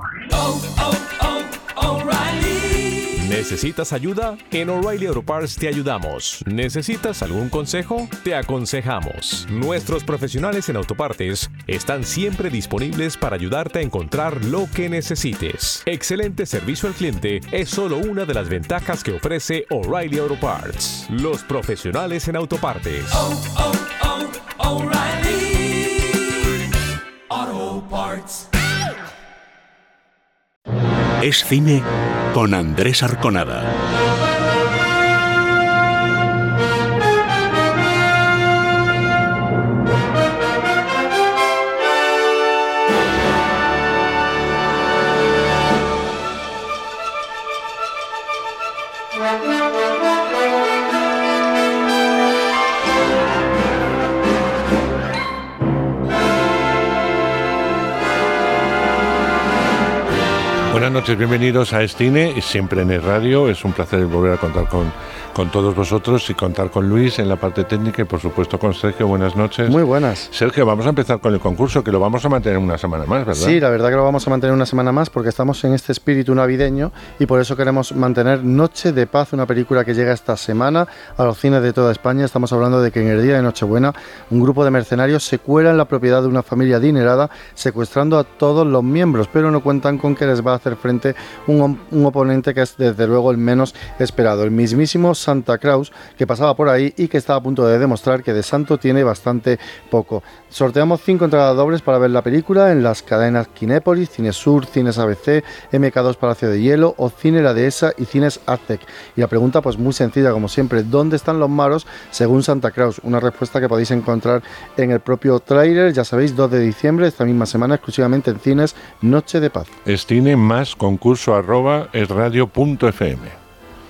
O'Reilly. ¿Necesitas ayuda? En O'Reilly Auto Parts te ayudamos. ¿Necesitas algún consejo? Te aconsejamos. Nuestros profesionales en autopartes están siempre disponibles para ayudarte a encontrar lo que necesites. Excelente servicio al cliente es solo una de las ventajas que ofrece O'Reilly Auto Parts. Los profesionales en autopartes. O'Reilly Auto Parts. Es cine con Andrés Arconada. Buenas noches, bienvenidos a Es Cine, siempre en Es Radio. Es un placer volver a contar con todos vosotros y contar con Luis en la parte técnica y por supuesto con Sergio. Buenas noches. Muy buenas. Sergio, vamos a empezar con el concurso, que lo vamos a mantener una semana más, ¿verdad? Sí, la verdad que lo vamos a mantener una semana más porque estamos en este espíritu navideño y por eso queremos mantener Noche de Paz, una película que llega esta semana a los cines de toda España. Estamos hablando de que en el día de Nochebuena un grupo de mercenarios se cuela en la propiedad de una familia adinerada, secuestrando a todos los miembros, pero no cuentan con que les va a hacer frente un oponente que es desde luego el menos esperado, el mismísimo Santa Claus, que pasaba por ahí y que estaba a punto de demostrar que de santo tiene bastante poco. Sorteamos 5 entradas dobles para ver la película en las cadenas Kinépolis, Cinesur, Cines ABC, MK2 Palacio de Hielo o Cine La Dehesa y Cines Aztec. Y la pregunta pues muy sencilla como siempre, ¿dónde están los malos según Santa Claus? Una respuesta que podéis encontrar en el propio tráiler, ya sabéis, 2 de diciembre, esta misma semana, exclusivamente en cines, Noche de Paz. Es Cine más concurso@esradio.fm.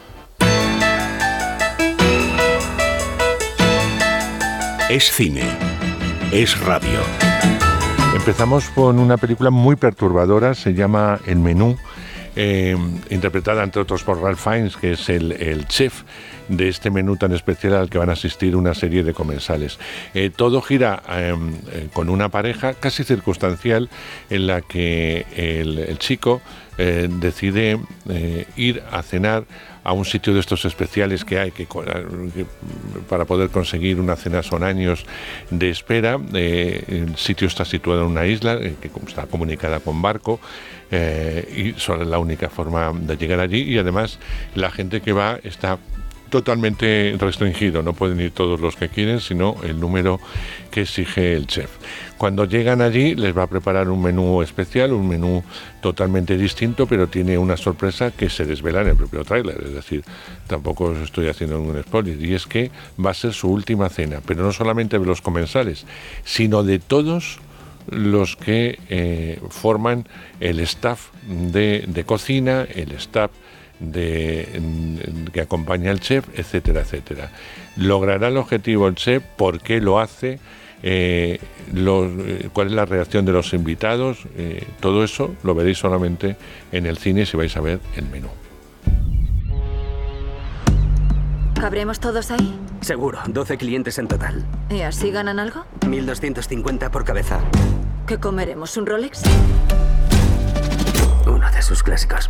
Es cine, es radio. Empezamos con una película muy perturbadora, se llama El Menú, interpretada entre otros por Ralph Fiennes, que es el chef de este menú tan especial al que van a asistir una serie de comensales. Todo gira con una pareja casi circunstancial en la que el chico decide ir a cenar a un sitio de estos especiales que hay, que para poder conseguir una cena son años de espera. El sitio está situado en una isla que está comunicada con barco y solo es la única forma de llegar allí, y además la gente que va está totalmente restringido, no pueden ir todos los que quieren, sino el número que exige el chef. Cuando llegan allí les va a preparar un menú especial, un menú totalmente distinto, pero tiene una sorpresa que se desvela en el propio tráiler, es decir, tampoco os estoy haciendo ningún spoiler, y es que va a ser su última cena, pero no solamente de los comensales, sino de todos los que forman el staff de cocina, el staff que acompaña al chef, etcétera, etcétera. ¿Logrará el objetivo el chef? ¿Por qué lo hace? ¿Cuál es la reacción de los invitados? Todo eso lo veréis solamente en el cine si vais a ver El Menú. ¿Cabremos todos ahí? Seguro, 12 clientes en total. ¿Y así ganan algo? 1.250 por cabeza. ¿Qué comeremos? ¿Un Rolex? Uno de sus clásicos.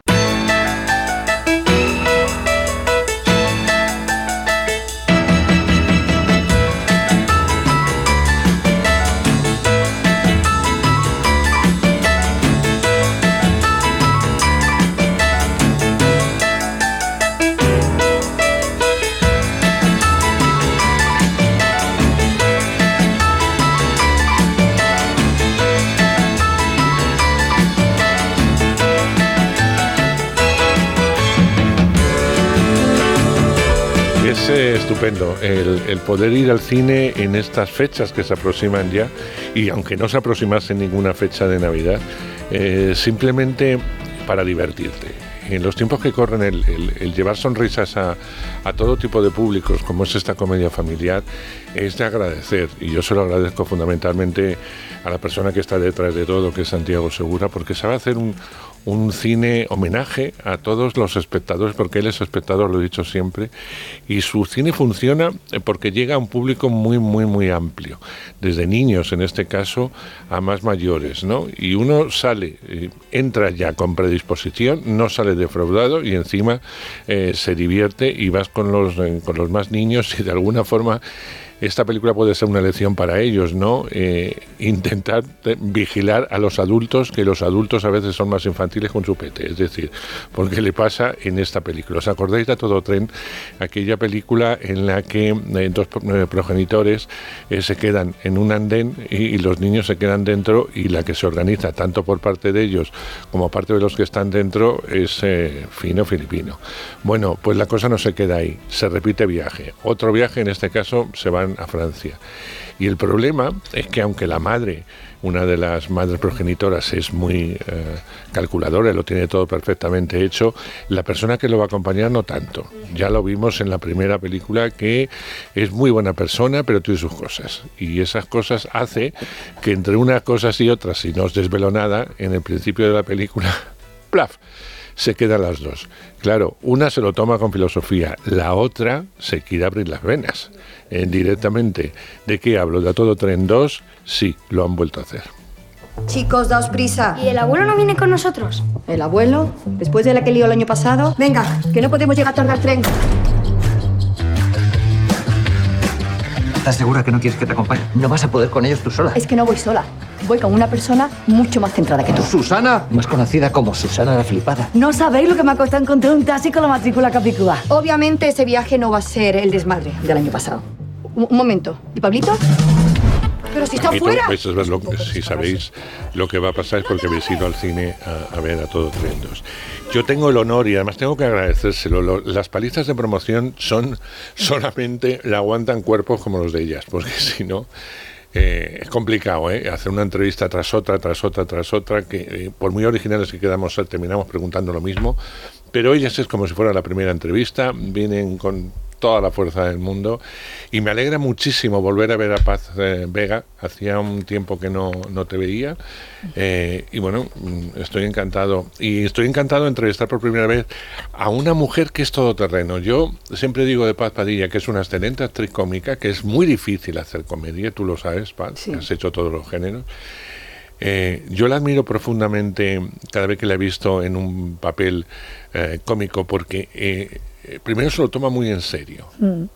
Es estupendo el poder ir al cine en estas fechas que se aproximan ya, y aunque no se aproximase ninguna fecha de Navidad, simplemente para divertirte. En los tiempos que corren, el llevar sonrisas a todo tipo de públicos, como es esta comedia familiar, es de agradecer, y yo se lo agradezco fundamentalmente a la persona que está detrás de todo, que es Santiago Segura, porque sabe hacer un un cine homenaje a todos los espectadores, porque él es espectador, lo he dicho siempre, y su cine funciona porque llega a un público muy, muy, muy amplio, desde niños en este caso a más mayores, ¿no? Y uno sale, entra ya con predisposición, no sale defraudado y encima se divierte y vas con los más niños y de alguna forma esta película puede ser una lección para ellos, ¿no? Intentar vigilar a los adultos, que los adultos a veces son más infantiles con su pete, es decir, porque le pasa en esta película. ¿Os acordáis de A Todo Tren? Aquella película en la que dos progenitores se quedan en un andén y los niños se quedan dentro, y la que se organiza tanto por parte de ellos como parte de los que están dentro es fino filipino. Bueno, pues la cosa no se queda ahí, se repite viaje. Otro viaje, en este caso, se van a Francia. Y el problema es que aunque la madre, una de las madres progenitoras, es muy calculadora y lo tiene todo perfectamente hecho, la persona que lo va a acompañar no tanto. Ya lo vimos en la primera película, que es muy buena persona, pero tiene sus cosas. Y esas cosas hace que entre unas cosas y otras, si no os desvelo nada, en el principio de la película, ¡plaf!, se quedan las dos. Claro, una se lo toma con filosofía, la otra se quiere abrir las venas directamente. ¿De qué hablo? ¿De A Todo Tren 2? Sí, lo han vuelto a hacer. Chicos, daos prisa. ¿Y el abuelo no viene con nosotros? ¿El abuelo? ¿Después de la que lió el año pasado? Venga, que no podemos llegar tarde al tren. ¿Estás segura que no quieres que te acompañe? No vas a poder con ellos tú sola. Es que no voy sola. Voy con una persona mucho más centrada que tú. ¿Susana? Más conocida como Susana la Flipada. No sabéis lo que me ha costado encontrar un taxi con la matrícula capicúa. Obviamente ese viaje no va a ser el desmadre del año pasado. Un momento. ¿Y Pablito? Pero si está fuera. Si sabéis lo que va a pasar es porque habéis ido al cine a ver A Todo Tren 2. Yo tengo el honor, y además tengo que agradecérselo, las palizas de promoción solamente la aguantan cuerpos como los de ellas, porque si no es complicado, hacer una entrevista tras otra, que por muy originales que quedamos, terminamos preguntando lo mismo, pero ellas es como si fuera la primera entrevista, vienen con toda la fuerza del mundo, y me alegra muchísimo volver a ver a Paz Vega. Hacía un tiempo que no te veía, y bueno, estoy encantado de entrevistar por primera vez a una mujer que es todoterreno. Yo siempre digo de Paz Padilla que es una excelente actriz cómica, que es muy difícil hacer comedia, tú lo sabes, Paz, sí. Has hecho todos los géneros. Yo la admiro profundamente cada vez que la he visto en un papel cómico, porque primero se lo toma muy en serio,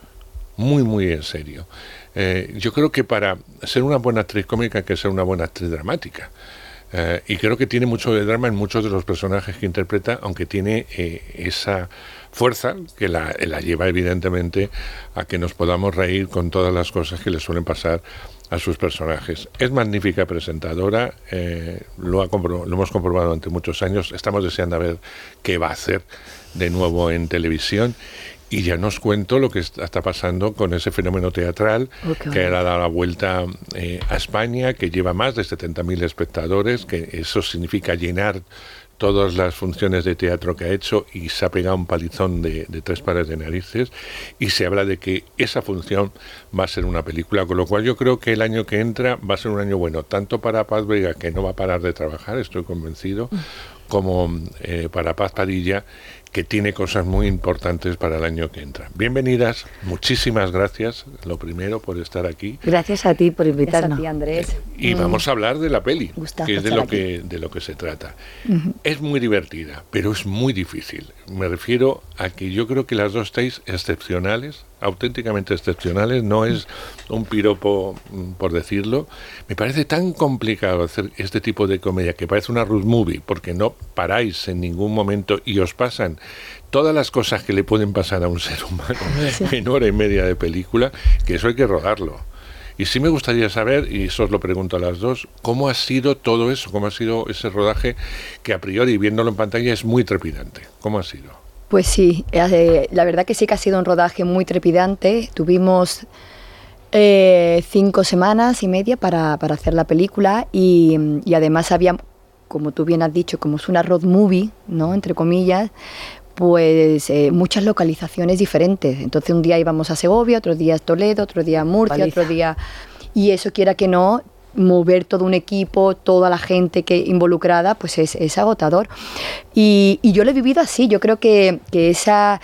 muy en serio. Yo creo que para ser una buena actriz cómica hay que ser una buena actriz dramática. Y creo que tiene mucho de drama en muchos de los personajes que interpreta, aunque tiene esa fuerza que la lleva evidentemente a que nos podamos reír con todas las cosas que le suelen pasar a sus personajes. Es magnífica presentadora, lo hemos comprobado durante muchos años. Estamos deseando a ver qué va a hacer de nuevo en televisión. Y ya nos cuento lo que está pasando con ese fenómeno teatral que ha dado la vuelta a España, que lleva más de 70.000 espectadores, que eso significa llenar todas las funciones de teatro que ha hecho, y se ha pegado un palizón de 3 pares de narices, y se habla de que esa función va a ser una película, con lo cual yo creo que el año que entra va a ser un año bueno, tanto para Paz Vega, que no va a parar de trabajar, estoy convencido, como para Paz Padilla, que tiene cosas muy importantes para el año que entra. Bienvenidas, muchísimas gracias, lo primero, por estar aquí. Gracias a ti por invitarnos. Gracias a ti, Andrés. Y vamos a hablar de la peli, que es de lo que se trata. Es muy divertida, pero es muy difícil. Me refiero a que yo creo que las dos estáis excepcionales, auténticamente excepcionales, no es un piropo por decirlo. Me parece tan complicado hacer este tipo de comedia, que parece una road movie, porque no paráis en ningún momento y os pasan todas las cosas que le pueden pasar a un ser humano en hora y media de película, que eso hay que rodarlo. Y sí me gustaría saber, y eso os lo pregunto a las dos, ¿cómo ha sido todo eso? ¿Cómo ha sido ese rodaje que a priori, viéndolo en pantalla, es muy trepidante? ¿Cómo ha sido? Pues sí, la verdad que sí que ha sido un rodaje muy trepidante. Tuvimos 5 semanas y media para hacer la película, y además había, como tú bien has dicho, como es una road movie, ¿no?, entre comillas, pues muchas localizaciones diferentes. Entonces un día íbamos a Segovia, otro día a Toledo, otro día a Murcia, otro día... Y eso, quiera que no, mover todo un equipo, toda la gente que involucrada, pues es agotador. Y yo lo he vivido así. Yo creo que esa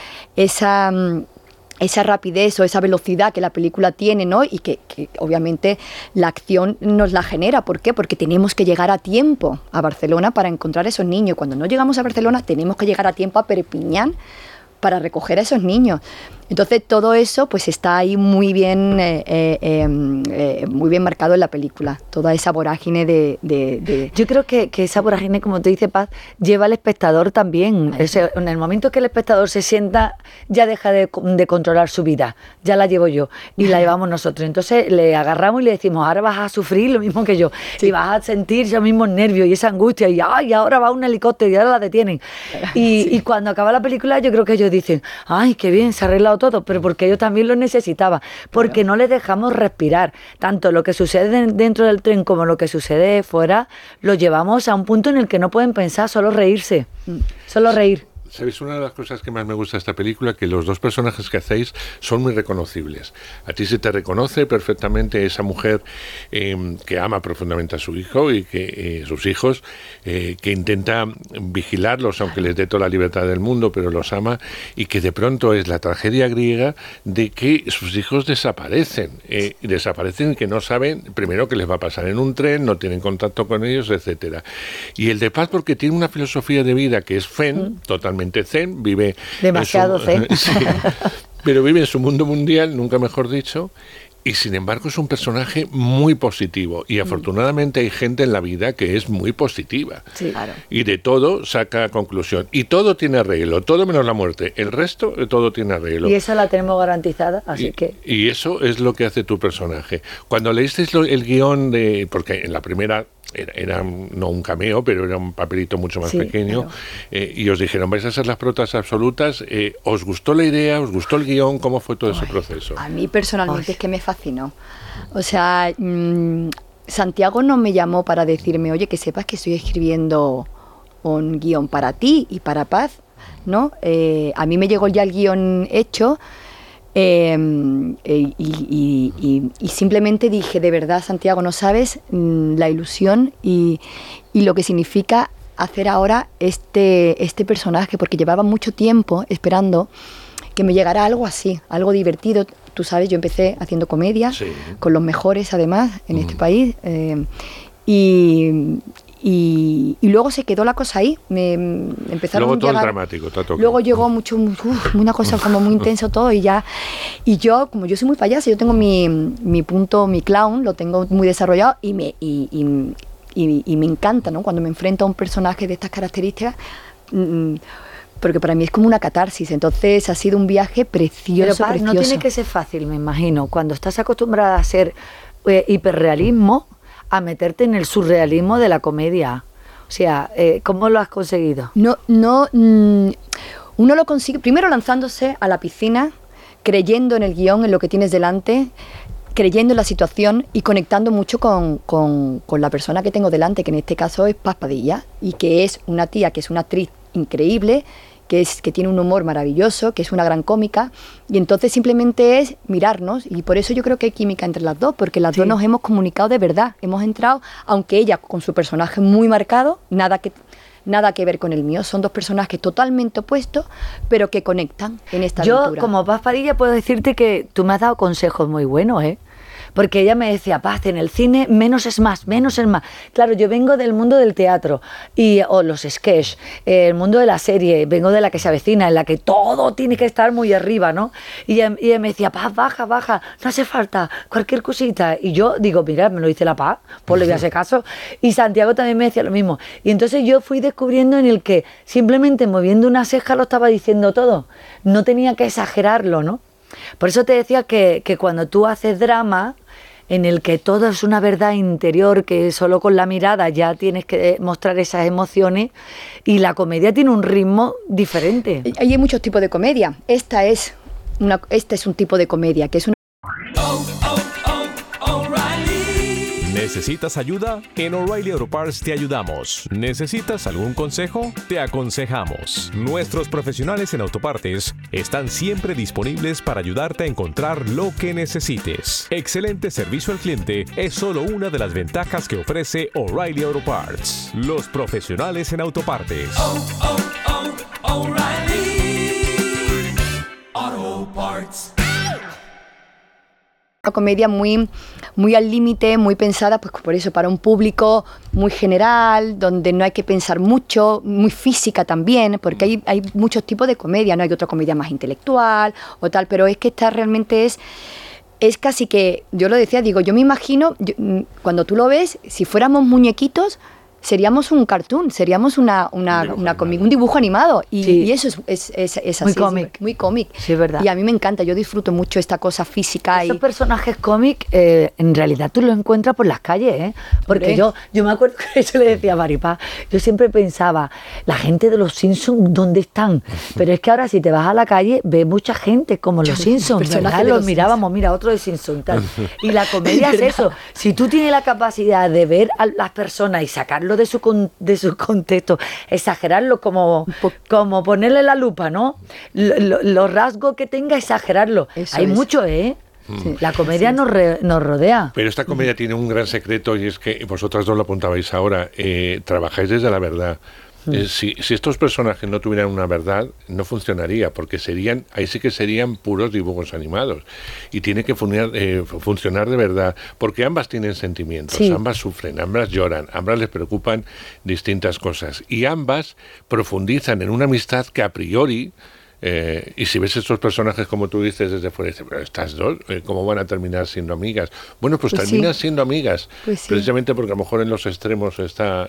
rapidez o esa velocidad que la película tiene, ¿no? Y que obviamente la acción nos la genera. ¿Por qué? Porque tenemos que llegar a tiempo a Barcelona para encontrar a esos niños. Cuando no llegamos a Barcelona tenemos que llegar a tiempo a Perpiñán para recoger a esos niños. Entonces todo eso pues está ahí muy bien marcado en la película, toda esa vorágine de... Yo creo que esa vorágine, como te dice Paz, lleva al espectador también. O sea, en el momento que el espectador se sienta, ya deja de controlar su vida, ya la llevo yo y la llevamos nosotros. Entonces le agarramos y le decimos, ahora vas a sufrir lo mismo que yo, y vas a sentir esos mismos nervios y esa angustia, y ¡ay! Ahora va un helicóptero y ahora la detienen. Y cuando acaba la película, yo creo que ellos dicen, ¡ay, qué bien, se ha arreglado todo! Pero porque ellos también lo necesitaban, porque no les dejamos respirar. Tanto lo que sucede dentro del tren como lo que sucede fuera, lo llevamos a un punto en el que no pueden pensar, solo reírse, solo reír. ¿Sabéis? Una de las cosas que más me gusta de esta película, que los dos personajes que hacéis son muy reconocibles. A ti se te reconoce perfectamente esa mujer que ama profundamente a su hijo y que sus hijos, que intenta vigilarlos, aunque les dé toda la libertad del mundo, pero los ama, y que de pronto es la tragedia griega de que sus hijos desaparecen. Desaparecen, que no saben, primero, qué les va a pasar en un tren, no tienen contacto con ellos, etcétera. Y el de Paz, porque tiene una filosofía de vida que es zen, totalmente zen, vive demasiado zen. Sí, pero vive en su mundo mundial, nunca mejor dicho, y sin embargo es un personaje muy positivo, y afortunadamente hay gente en la vida que es muy positiva, sí, claro, y de todo saca conclusión, y todo tiene arreglo, todo menos la muerte, el resto todo tiene arreglo, y esa la tenemos garantizada, así que... Y eso es lo que hace tu personaje. Cuando leísteis el guión porque en la primera era no un cameo, pero era un papelito mucho más pequeño, claro, y os dijeron, vais a ser las protas absolutas, ¿os gustó la idea? ¿Os gustó el guión? ¿Cómo fue todo ese proceso? A mí personalmente es que me fascinó. O sea, Santiago no me llamó para decirme, oye, que sepas que estoy escribiendo un guión para ti y para Paz, ¿no? A mí me llegó ya el guión hecho, y simplemente dije, de verdad, Santiago, no sabes la ilusión y lo que significa hacer ahora este personaje, porque llevaba mucho tiempo esperando que me llegara algo así, algo divertido. Tú sabes, yo empecé haciendo comedia, con los mejores además en este país, y luego se quedó la cosa ahí. Me empezaron luego a todo llegar, el dramático, luego llegó una cosa como muy intenso todo, y yo, como yo soy muy payasa, yo tengo mi punto, mi clown, lo tengo muy desarrollado, y me encanta, ¿no? Cuando me enfrento a un personaje de estas características, porque para mí es como una catarsis. Entonces ha sido un viaje precioso. Pero no tiene que ser fácil, me imagino, cuando estás acostumbrada a ser hiperrealismo, a meterte en el surrealismo de la comedia. O sea, ¿cómo lo has conseguido? Uno lo consigue primero lanzándose a la piscina, creyendo en el guión, en lo que tienes delante, creyendo en la situación y conectando mucho con la persona que tengo delante, que en este caso es Paz Padilla, y que es una tía, que es una actriz increíble, que tiene un humor maravilloso, que es una gran cómica, y entonces simplemente es mirarnos, y por eso yo creo que hay química entre las dos, porque las dos nos hemos comunicado de verdad, hemos entrado, aunque ella con su personaje muy marcado, nada que ver con el mío, son dos personajes totalmente opuestos, pero que conectan en esta aventura. Yo, como Paz Padilla, puedo decirte que tú me has dado consejos muy buenos, porque ella me decía, Paz, en el cine menos es más, menos es más. Claro, yo vengo del mundo del teatro, o los sketch, el mundo de la serie, vengo de la que se avecina, en la que todo tiene que estar muy arriba, ¿no? Y ella me decía, Paz, baja, no hace falta, cualquier cosita. Y yo digo, mira, me lo dice la Paz, pues le voy a hacer caso. Y Santiago también me decía lo mismo. Y entonces yo fui descubriendo en el que simplemente moviendo una ceja lo estaba diciendo todo. No tenía que exagerarlo, ¿no? Por eso te decía que cuando tú haces drama, en el que todo es una verdad interior, que solo con la mirada ya tienes que mostrar esas emociones, y la comedia tiene un ritmo diferente. Hay muchos tipos de comedia. Este es un tipo de comedia, que es una... ¿Necesitas ayuda? En O'Reilly Auto Parts te ayudamos. ¿Necesitas algún consejo? Te aconsejamos. Nuestros profesionales en autopartes están siempre disponibles para ayudarte a encontrar lo que necesites. Excelente servicio al cliente es solo una de las ventajas que ofrece O'Reilly Auto Parts. Los profesionales en autopartes. O'Reilly Auto Parts. Una comedia muy al límite, muy pensada, pues por eso, para un público muy general, donde no hay que pensar mucho, muy física también, porque hay muchos tipos de comedia, no hay otra comedia más intelectual o tal, pero es que esta realmente es casi que, yo lo decía, digo, yo me imagino, cuando tú lo ves, si fuéramos muñequitos, seríamos un cartoon, seríamos un dibujo animado. Y eso es así. Muy cómic. Muy cómic. Sí, es verdad. Y a mí me encanta, yo disfruto mucho esta cosa física. Esos personajes cómic, en realidad tú los encuentras por las calles, ¿eh? Porque yo me acuerdo que yo le decía a Maripaz, yo siempre pensaba, la gente de los Simpsons, ¿dónde están? Pero es que ahora si te vas a la calle, ves mucha gente como los Simpsons, ¿verdad? Los mirábamos, mira, otro de Simpsons, tal. Y la comedia es eso. Si tú tienes la capacidad de ver a las personas y sacarlo de su contexto, exagerarlo, como ponerle la lupa, ¿no? Los rasgos que tenga, exagerarlo. Hay mucho, ¿eh? Sí. La comedia nos rodea. Pero esta comedia tiene un gran secreto, y es que vosotras dos lo apuntabais ahora, trabajáis desde la verdad. Si estos personajes no tuvieran una verdad, no funcionaría, porque ahí sí que serían puros dibujos animados. Y tiene que funcionar de verdad, porque ambas tienen sentimientos, ambas sufren, ambas lloran, ambas les preocupan distintas cosas. Y ambas profundizan en una amistad que a priori... y si ves estos personajes, como tú dices, desde fuera, dices, pero estas dos, ¿cómo van a terminar siendo amigas? Bueno, pues terminan siendo amigas, precisamente porque a lo mejor en los extremos está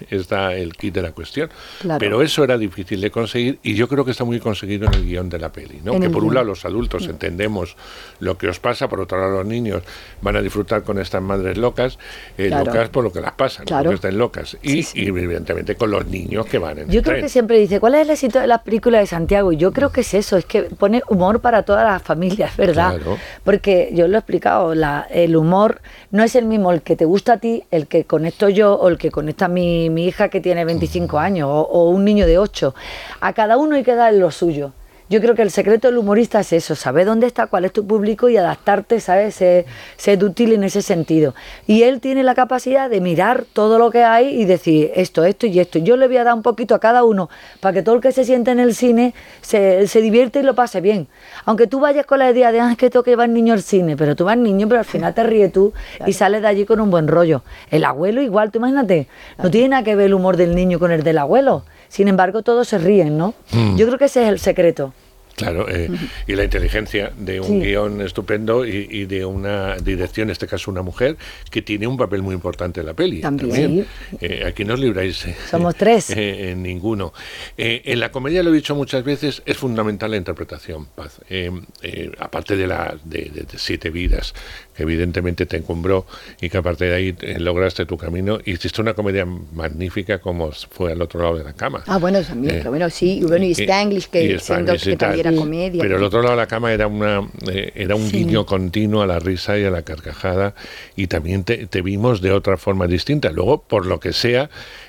el kit de la cuestión. Claro. Pero eso era difícil de conseguir, y yo creo que está muy conseguido en el guión de la peli, ¿no? Que por un lado los adultos entendemos lo que os pasa, por otro lado los niños van a disfrutar con estas madres locas, locas por lo que las pasan, porque están locas, y evidentemente con los niños que van en Yo creo que siempre dice, ¿cuál es el éxito de las películas de Santiago? Y yo creo que es eso, es que pone humor para todas las familias, ¿verdad? Claro. Porque yo lo he explicado, el humor no es el mismo el que te gusta a ti, el que conecto yo, o el que conecta mi hija que tiene 25 años, o un niño de 8. A cada uno hay que darle lo suyo. Yo creo que el secreto del humorista es eso, saber dónde está, cuál es tu público y adaptarte, ¿sabes? Ser útil en ese sentido. Y él tiene la capacidad de mirar todo lo que hay y decir esto y esto. Yo le voy a dar un poquito a cada uno para que todo el que se siente en el cine se divierte y lo pase bien. Aunque tú vayas con la idea de es que tengo que llevar niño al cine, pero tú vas niño, pero al final te ríes tú y sales de allí con un buen rollo. El abuelo igual, tú imagínate, no tiene nada que ver el humor del niño con el del abuelo. Sin embargo, todos se ríen, ¿no? Yo creo que ese es el secreto. Claro, y la inteligencia de un guión estupendo y de una dirección, en este caso una mujer, que tiene un papel muy importante en la peli. También. Aquí no os libráis. Somos tres. Ninguno. En la comedia, lo he dicho muchas veces, es fundamental la interpretación, Paz. Aparte de 7 vidas, que evidentemente te encumbró y que aparte de ahí lograste tu camino, y hiciste una comedia magnífica como fue Al otro lado de la cama. Ah, bueno, también, pero bueno, sí, y bueno, y Spanglish, que también era comedia. Pero el otro lado de la cama era un guiño continuo a la risa y a la carcajada, y también te vimos de otra forma distinta. Luego, por lo que sea,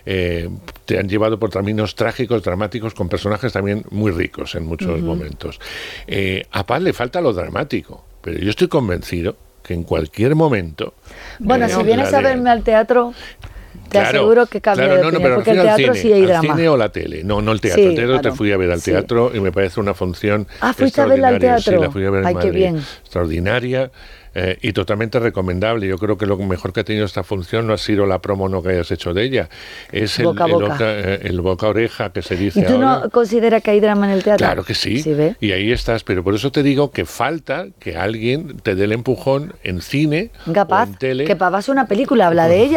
te han llevado por caminos trágicos, dramáticos, con personajes también muy ricos en muchos momentos. A Paz le falta lo dramático, pero yo estoy convencido que en cualquier momento... Bueno, si vienes a verme al teatro... Te aseguro que cambia de opinión, pero porque el teatro sí hay drama. ¿Al cine o la tele? No el teatro. El teatro te fui a ver al teatro y me parece una función ¿fuiste a verla al teatro? Sí, la fui a ver en Madrid. Qué bien. Extraordinaria y totalmente recomendable. Yo creo que lo mejor que ha tenido esta función no ha sido la promo que hayas hecho de ella, es el boca a oreja que se dice. ¿Y tú ahora. no consideras que hay drama en el teatro? Claro que sí, y ahí estás, pero por eso te digo que falta que alguien te dé el empujón en cine o en tele. Que Pavas una película, habla de ella.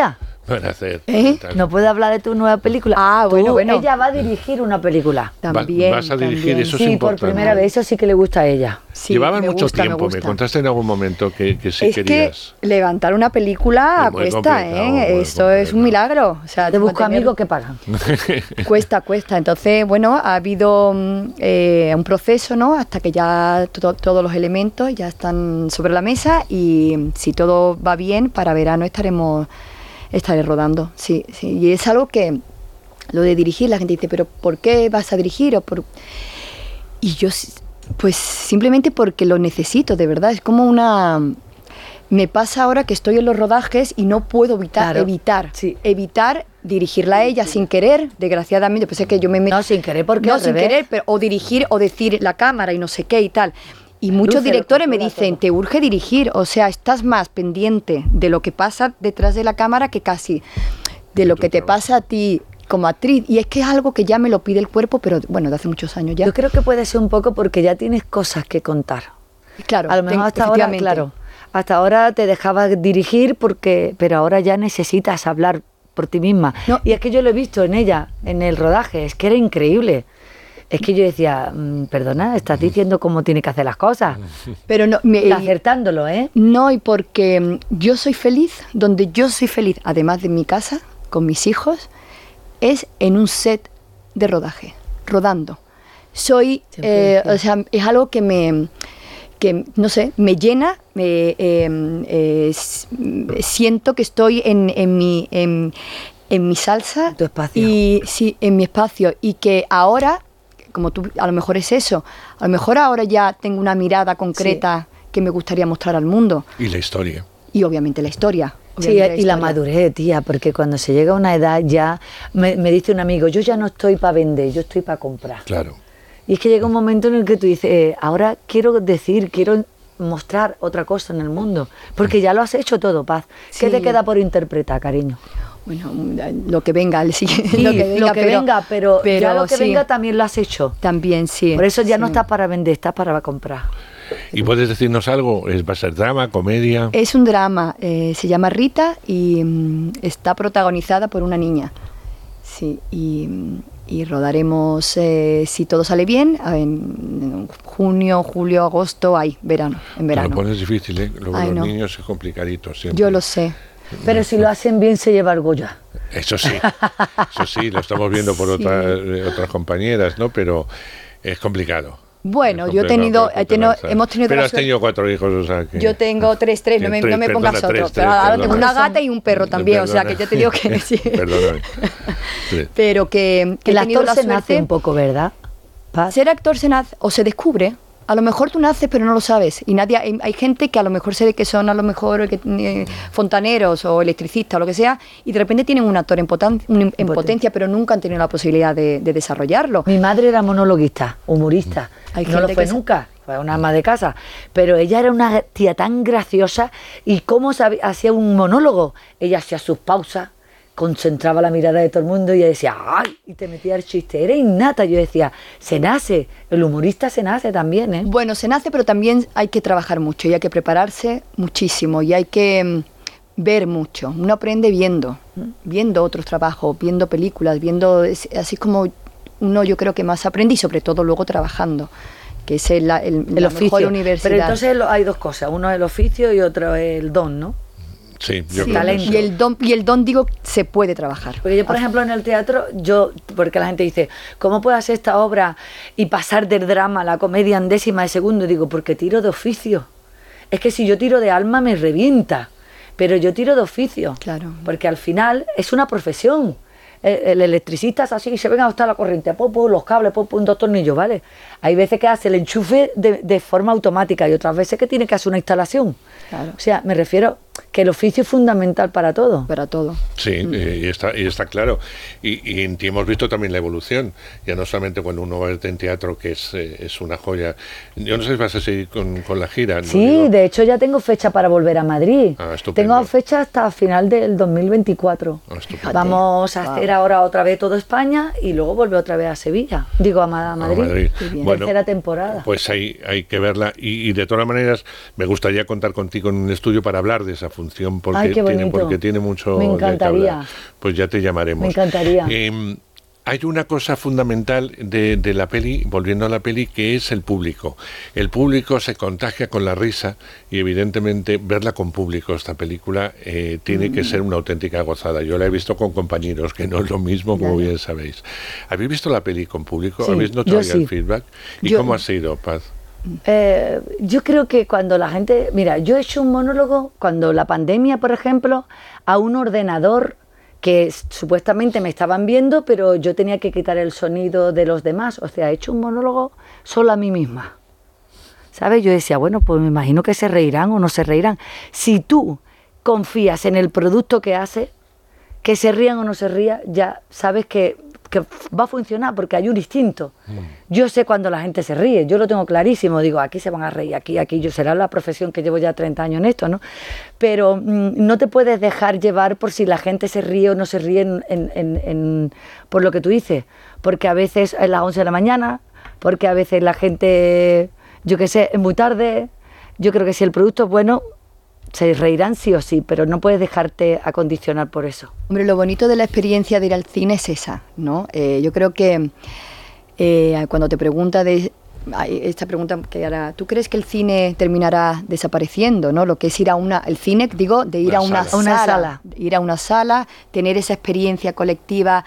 van a hacer. ¿No puede hablar de tu nueva película? Ah, bueno. Ella va a dirigir una película. También. Vas a dirigir, también. eso es Sí, por importante. primera vez, eso sí que le gusta a ella. Sí, Llevaban me mucho gusta, tiempo, me contaste en algún momento que sí es querías. que levantar una película Es muy cuesta, complicado, muy Esto es un milagro. O sea, Te busco mantener- amigos que pagan. Cuesta. Entonces, bueno, ha habido un proceso, ¿no? Hasta que ya todos los elementos ya están sobre la mesa y si todo va bien, para verano estaré rodando. Sí. Y es algo que, lo de dirigir, la gente dice, ¿pero por qué vas a dirigir? Y yo, pues simplemente porque lo necesito, de verdad. Es como me pasa ahora que estoy en los rodajes y no puedo evitar dirigirla a ella sin querer, desgraciadamente. Pues es que yo me meto. No, sin querer, porque No, al sin revés. querer, pero, o dirigir o decir la cámara y no sé qué y tal. Y muchos Luce, directores me controla dicen, todo. te urge dirigir, o sea, estás más pendiente de lo que pasa detrás de la cámara que casi de lo que te pasa a ti como actriz. Y es que es algo que ya me lo pide el cuerpo, pero bueno, de hace muchos años ya. Yo creo que puede ser un poco porque ya tienes cosas que contar. Claro, A lo mejor hasta ahora, efectivamente. claro, hasta ahora te dejabas dirigir pero ahora ya necesitas hablar por ti misma. No. Y es que yo lo he visto en ella, en el rodaje, es que era increíble. Es que yo decía, perdona, estás diciendo cómo tiene que hacer las cosas. Pero no, Y acertándolo, ¿eh? No, y porque yo soy feliz, donde yo soy feliz, además de mi casa, con mis hijos, es en un set de rodaje, rodando. Soy, o sea, es algo que no sé, me llena, siento que estoy en mi salsa. En tu espacio. Y sí, en mi espacio. Y que ahora, como tú, a lo mejor es eso, a lo mejor ahora ya tengo una mirada concreta que me gustaría mostrar al mundo. Y la historia. Y obviamente la historia. Sí, obviamente y la historia. madurez, tía, porque cuando se llega a una edad ya, me dice un amigo, yo ya no estoy para vender, yo estoy para comprar. Claro. Y es que llega un momento en el que tú dices, ahora quiero mostrar otra cosa en el mundo, porque ya lo has hecho todo, Paz. ¿Qué Sí. te queda por interpretar, cariño? Bueno, lo que venga, Sí, lo que venga, pero ya lo que sí, venga también lo has hecho. también sí. Por eso ya sí. no estás para vender, estás para comprar. ¿Y puedes decirnos algo? ¿Va a ser drama, comedia? Es un drama, se llama Rita y está protagonizada por una niña. Sí, y rodaremos, si todo sale bien, en junio, julio, agosto, verano, en Te verano. lo pones difícil, ¿eh? Luego Ay, los no. niños es complicadito siempre. Yo lo sé. Pero si lo hacen bien se lleva el Goya. Eso sí, lo estamos viendo por Sí. otras compañeras, ¿no? Pero es complicado. Bueno, Es yo he tenido, complicado, hemos tenido Pero la has tenido 4 hijos, o sea que... Yo tengo tres, no me Tres, pongas perdona, otro. tres, Pero ahora tengo perdona. una gata y un perro también, o sea que ya te digo que sí. Perdóname. Sí. Pero que El he tenido actor la se nace suerte. un poco, ¿verdad? Paz? Ser actor se nace o se descubre. A lo mejor tú naces pero no lo sabes. Y hay gente que a lo mejor se ve que son a lo mejor fontaneros o electricistas o lo que sea y de repente tienen un actor en potencia pero nunca han tenido la posibilidad de desarrollarlo. Mi madre era monologuista, humorista. Hay No lo gente fue que nunca, fue una ama de casa. Pero ella era una tía tan graciosa y cómo hacía un monólogo. Ella hacía sus pausas, concentraba la mirada de todo el mundo y ella decía ¡ay! Y te metía el chiste. Era innata. Yo decía, se nace, el humorista se nace también, ¿eh? Bueno, se nace, pero también hay que trabajar mucho y hay que prepararse muchísimo y hay que ver mucho. Uno aprende viendo otros trabajos, viendo películas, así como uno yo creo que más aprende y sobre todo luego trabajando, que es la mejor oficio. universidad. Pero entonces hay dos cosas, uno es el oficio y otro es el don, ¿no? Sí, yo Sí, creo que talento. sí. y el don digo se puede trabajar. Porque yo, por ejemplo, en el teatro, porque la gente dice, ¿cómo puedo hacer esta obra y pasar del drama a la comedia en décima de segundo? Digo, porque tiro de oficio. Es que si yo tiro de alma me revienta, pero yo tiro de oficio. Claro. Porque al final es una profesión. El electricista es así, se ven a estar la corriente, los cables, dos tornillos, ¿vale? Hay veces que hace el enchufe de forma automática y otras veces que tiene que hacer una instalación. Claro. O sea, me refiero que el oficio es fundamental para todo. Para todo. Sí, y está claro. Y en ti hemos visto también la evolución. Ya no solamente cuando uno va a verte en teatro, que es una joya. Yo no sé si vas a seguir con la gira. ¿no? Sí, Digo, de hecho ya tengo fecha para volver a Madrid. Ah, estupendo. Tengo fecha hasta final del 2024. Ah, estupendo. Vamos a hacer ahora otra vez todo España y luego volver otra vez a Sevilla. Digo, a Madrid. Madrid. Qué bien. Bueno, Tercera temporada. pues hay que verla. Y de todas maneras, me gustaría contar contigo en un estudio para hablar de esa esa función porque, Ay, qué bonito. porque tiene mucho Me de qué encantaría. hablar. Pues ya te llamaremos. Me encantaría. Hay una cosa fundamental de la peli, volviendo a la peli, que es el público. El público se contagia con la risa y evidentemente verla con público, esta película, tiene que ser una auténtica gozada. Yo la he visto con compañeros, que no es lo mismo, como bien sabéis. ¿Habéis visto la peli con público? Sí, ¿Habéis notado yo ya sí. el feedback? ¿Y Yo- cómo ha sido, Paz? Yo creo que cuando la gente... Mira, yo he hecho un monólogo cuando la pandemia, por ejemplo, a un ordenador que supuestamente me estaban viendo, pero yo tenía que quitar el sonido de los demás. O sea, he hecho un monólogo solo a mí misma. ¿Sabes? Yo decía, bueno, pues me imagino que se reirán o no se reirán. Si tú confías en el producto que haces, que se rían o no se rían, ya sabes que va a funcionar porque hay un instinto. Yo sé cuando la gente se ríe, yo lo tengo clarísimo, digo, aquí se van a reír, aquí, yo será la profesión que llevo ya 30 años en esto, ¿no? Pero no te puedes dejar llevar por si la gente se ríe o no se ríe por lo que tú dices, porque a veces es las 11 de la mañana, porque a veces la gente, yo qué sé, es muy tarde. Yo creo que si el producto es bueno, se reirán sí o sí, pero no puedes dejarte acondicionar por eso. Hombre, lo bonito de la experiencia de ir al cine es esa, ¿no? Yo creo que cuando te pregunta esta pregunta que ahora, ¿tú crees que el cine terminará desapareciendo, ¿no? Lo que es ir a el cine, digo, de ir a una sala, ir a una sala, tener esa experiencia colectiva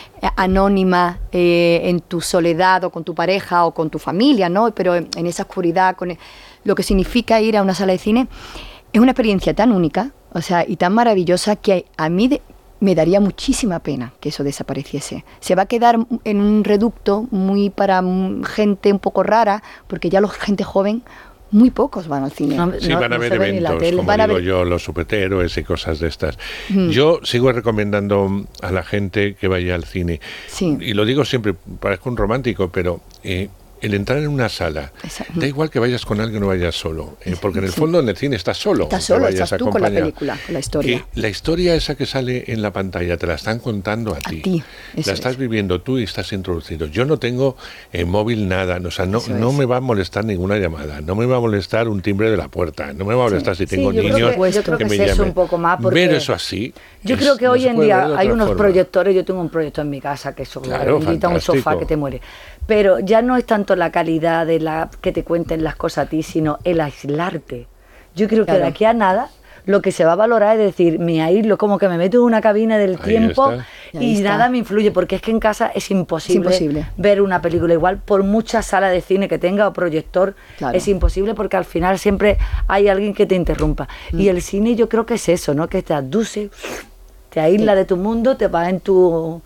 anónima en tu soledad o con tu pareja o con tu familia, ¿no? Pero en esa oscuridad, lo que significa ir a una sala de cine. Es una experiencia tan única, o sea, y tan maravillosa que a mí me daría muchísima pena que eso desapareciese. Se va a quedar en un reducto muy para gente un poco rara, porque ya la gente joven, muy pocos van al cine. Sí, van a ver eventos, como digo yo, los superhéroes y cosas de estas. Yo sigo recomendando a la gente que vaya al cine. Sí. Y lo digo siempre, parezco un romántico, pero el entrar en una sala, da igual que vayas con alguien o vayas solo, porque en el fondo en el cine estás solo. Estás solo, estás tú con la película, con la historia. Que la historia esa que sale en la pantalla te la están contando a ti. La estás viviendo tú y estás introducido. Yo no tengo móvil nada, o sea, no me va a molestar ninguna llamada, no me va a molestar un timbre de la puerta, no me va a molestar si tengo niños que me es llamen. Un poco más porque ver eso así. Yo creo que hoy en día hay unos proyectores, yo tengo un proyector en mi casa que es un sofá que te muere. Pero ya no es tanto la calidad de que te cuenten las cosas a ti, sino el aislarte. Yo creo que de aquí a nada lo que se va a valorar es decir, me aíslo, como que me meto en una cabina del tiempo y nada me influye, porque es que en casa es imposible ver una película igual, por mucha sala de cine que tenga o proyector, es imposible porque al final siempre hay alguien que te interrumpa. Y el cine yo creo que es eso, ¿no? Que te aduce, te aísla de tu mundo, te vas en tu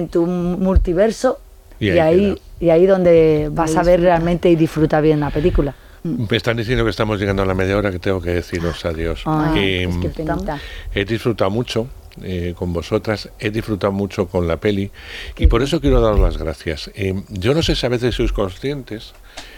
multiverso y ahí donde vas a ver realmente y disfrutar bien la película. Me están diciendo que estamos llegando a la media hora, que tengo que deciros adiós. He disfrutado mucho con vosotras, he disfrutado mucho con la peli y por eso quiero daros las gracias. Yo no sé si a veces sois conscientes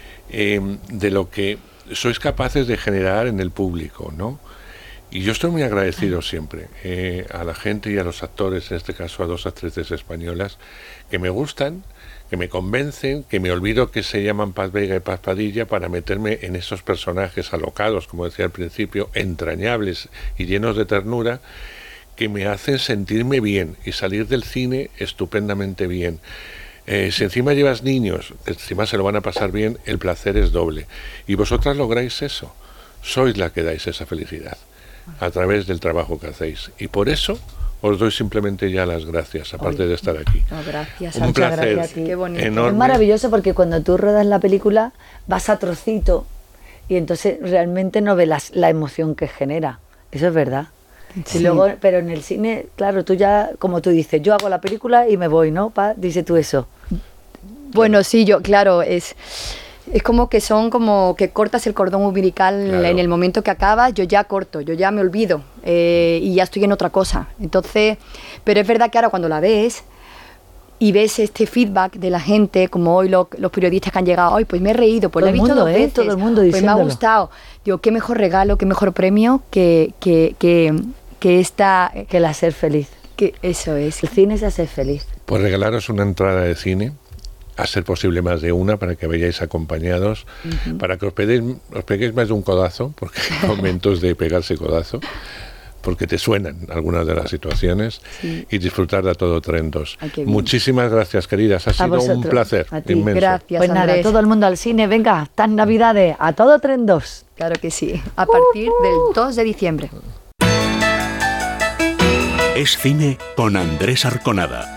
de lo que sois capaces de generar en el público, ¿no? Y yo estoy muy agradecido siempre a la gente y a los actores, en este caso a 2 actrices españolas, que me gustan, que me convencen, que me olvido que se llaman Paz Vega y Paz Padilla para meterme en esos personajes alocados, como decía al principio, entrañables y llenos de ternura, que me hacen sentirme bien y salir del cine estupendamente bien. Si encima llevas niños, encima se lo van a pasar bien, el placer es doble. Y vosotras lográis eso, sois la que dais esa felicidad a través del trabajo que hacéis. Y por eso os doy simplemente ya las gracias, aparte de estar aquí. Gracias, un placer gracias a ti. Qué bonito. Enorme. Es maravilloso porque cuando tú rodas la película vas a trocito y entonces realmente no ves la emoción que genera. Eso es verdad. Sí. Y luego, pero en el cine, claro, tú ya, como tú dices, yo hago la película y me voy, ¿no? Dices tú eso. Bueno, sí, claro, es como que como que cortas el cordón umbilical en el momento que acabas, yo ya corto, yo ya me olvido y ya estoy en otra cosa. Entonces, pero es verdad que ahora cuando la ves y ves este feedback de la gente, como hoy los periodistas que han llegado, hoy pues me he reído, pues la he visto 2 veces, todo el mundo pues me ha gustado. Digo, qué mejor regalo, qué mejor premio que el hacer feliz. Que eso es. El cine es hacer feliz. Pues regalaros una entrada de cine a ser posible más de una, para que vayáis acompañados, para que os peguéis más de un codazo, porque hay momentos de pegarse codazo, porque te suenan algunas de las situaciones, y disfrutar de A Todo Tren 2. Muchísimas gracias, queridas, ha sido un placer inmenso. Gracias, pues nada, Andrés. todo el mundo al cine, venga, estas Navidades, A Todo Tren 2. Claro que sí, a partir del 2 de diciembre. Es cine con Andrés Arconada.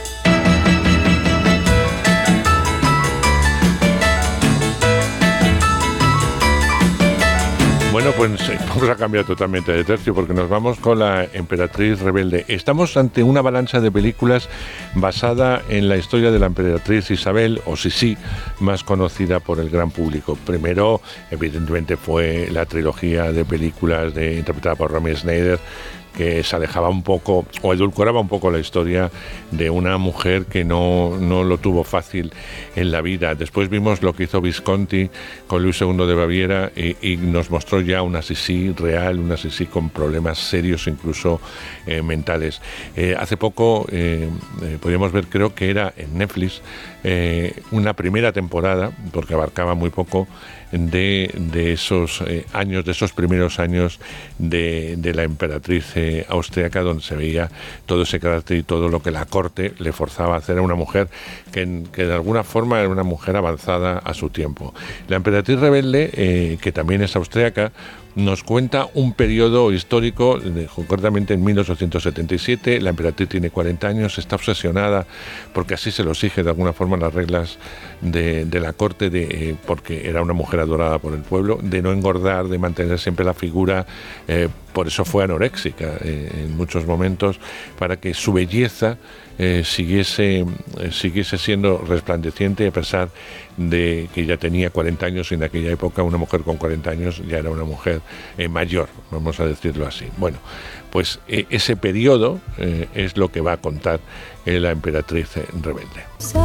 Bueno, pues vamos a cambiar totalmente de tercio porque nos vamos con La Emperatriz Rebelde. Estamos ante una avalancha de películas basada en la historia de la emperatriz Isabel, o Sisi, más conocida por el gran público. Primero, evidentemente, fue la trilogía de películas interpretada por Romy Schneider, que se alejaba un poco o edulcoraba un poco la historia de una mujer que no lo tuvo fácil en la vida. Después vimos lo que hizo Visconti con Luis II de Baviera y nos mostró ya una Sisi real, una Sisi con problemas serios, incluso mentales. Hace poco podíamos ver, creo que era en Netflix, una primera temporada, porque abarcaba muy poco, de esos años, de esos primeros años de la emperatriz austríaca, donde se veía todo ese carácter y todo lo que la corte le forzaba a hacer a una mujer que de alguna forma era una mujer avanzada a su tiempo. La Emperatriz Rebelde, que también es austríaca, nos cuenta un periodo histórico, concretamente en 1877. La emperatriz tiene 40 años, está obsesionada, porque así se lo exige de alguna forma las reglas de la corte, porque era una mujer adorada por el pueblo, de no engordar, de mantener siempre la figura, por eso fue anoréxica en muchos momentos, para que su belleza siguiese siendo resplandeciente, a pesar de que ya tenía 40 años, y en aquella época una mujer con 40 años ya era una mujer mayor, vamos a decirlo así. Bueno, pues ese periodo es lo que va a contar la Emperatriz Rebelde.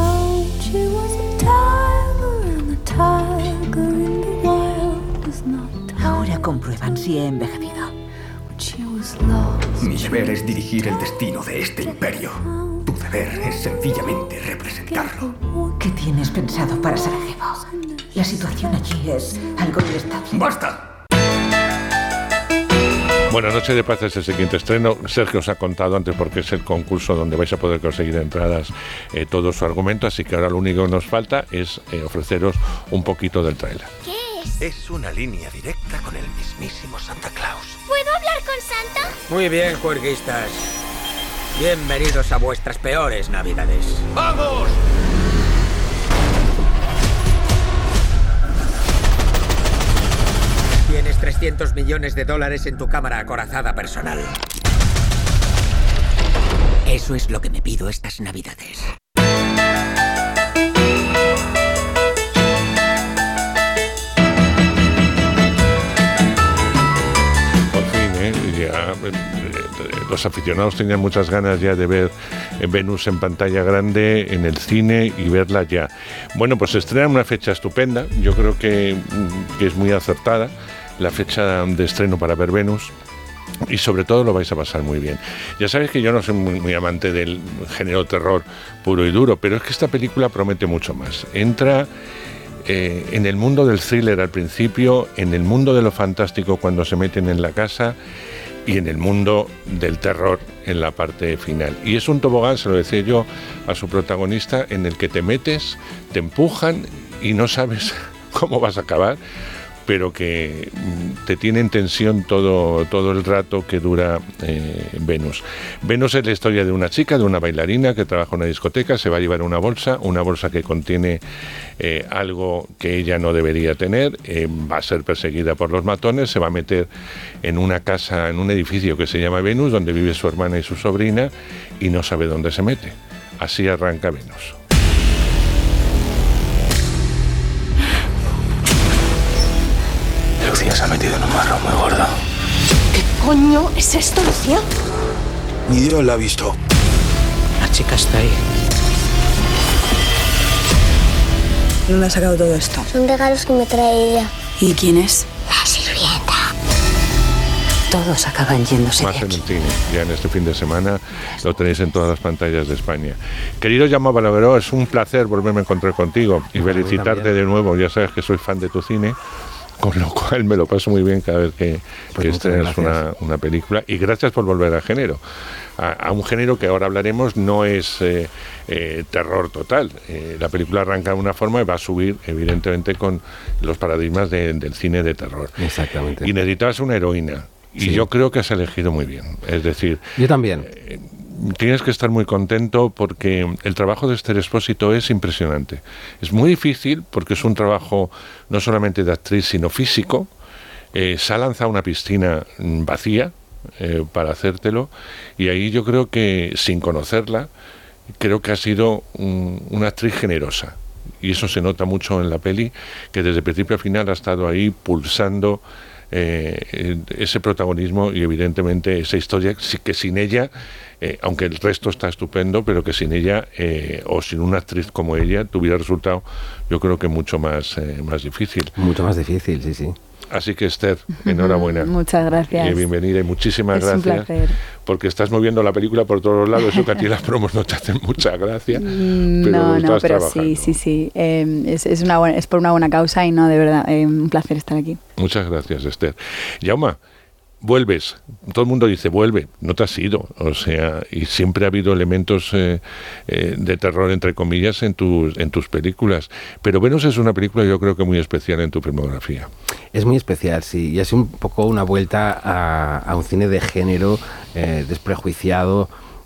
Ahora comprueban si he envejecido. Mi deber es dirigir el destino de este imperio. Tu deber es sencillamente representarlo. ¿Qué tienes pensado para Sarajevo? La situación allí es algo inestable. ¡Basta! Bueno, Noche de Paz es el siguiente estreno. Sergio os ha contado antes porque es el concurso donde vais a poder conseguir entradas, todo su argumento, así que ahora lo único que nos falta es ofreceros un poquito del tráiler. ¿Qué es? Es una línea directa con el mismísimo Santa Claus. ¿Puedo hablar con Santa? Muy bien, juerguistas. Bienvenidos a vuestras peores Navidades. ¡Vamos! Tienes $300 millones en tu cámara acorazada personal. Eso es lo que me pido estas Navidades. Por fin, ya los aficionados tenían muchas ganas ya de ver Venus en pantalla grande en el cine y verla ya. Bueno, pues se estrena en una fecha estupenda, yo creo que es muy acertada la fecha de estreno para ver Venus, y sobre todo lo vais a pasar muy bien. Ya sabéis que yo no soy muy amante del género terror puro y duro, pero es que esta película promete mucho más. Entra en el mundo del thriller al principio, en el mundo de lo fantástico cuando se meten en la casa, y en el mundo del terror en la parte final. Y es un tobogán, se lo decía yo a su protagonista, en el que te metes, te empujan y no sabes cómo vas a acabar, pero que te tiene en tensión todo el rato que dura Venus. Venus es la historia de una chica, de una bailarina que trabaja en una discoteca, se va a llevar una bolsa que contiene algo que ella no debería tener, va a ser perseguida por los matones, se va a meter en una casa, en un edificio que se llama Venus, donde vive su hermana y su sobrina, y no sabe dónde se mete. Así arranca Venus. Lucía se ha metido en un marrón muy gordo. ¿Qué coño es esto, Lucía? Ni Dios la ha visto. La chica está ahí. ¿Dónde ha sacado todo esto? Son regalos que me trae ella. ¿Y quién es? La sirvienta. Todos acaban yéndose Más de en aquí. el cine, ya en este fin de semana lo tenéis en todas las pantallas de España. Querido Jaume Balagueró, es un placer volverme a encontrar contigo y felicitarte de nuevo. Ya sabes que soy fan de tu cine, con lo cual me lo paso muy bien cada vez que estrenas una película, y gracias por volver al género, a un género que ahora hablaremos no es terror total. La película arranca de una forma y va a subir evidentemente con los paradigmas del cine de terror. Exactamente. Y necesitabas una heroína, y Sí. yo creo que has elegido muy bien. Es decir, Yo también. tienes que estar muy contento porque el trabajo de Esther Expósito es impresionante. Es muy difícil porque es un trabajo no solamente de actriz, sino físico. Se ha lanzado a una piscina vacía para hacértelo, y ahí yo creo que, sin conocerla, creo que ha sido una actriz generosa. Y eso se nota mucho en la peli, que desde principio a final ha estado ahí pulsando ese protagonismo y evidentemente esa historia que sin ella, aunque el resto está estupendo, pero que sin ella o sin una actriz como ella tuviera resultado, yo creo que mucho más difícil. Mucho más difícil, sí, sí. Así que Esther, enhorabuena. Muchas gracias. Bienvenida y muchísimas Es gracias. un placer. Porque estás moviendo la película por todos lados, eso que a ti las promos no te hacen mucha gracia. No, estás pero trabajando. sí. Es por una buena causa y no, de verdad, un placer estar aquí. Muchas gracias, Esther. Jaume, vuelves. Todo el mundo dice, vuelve. No te has ido. O sea, y siempre ha habido elementos de terror, entre comillas, en tus películas. Pero Venus es una película, yo creo que muy especial en tu filmografía. Es muy especial, sí. Y es un poco una vuelta a un cine de género desprejuiciado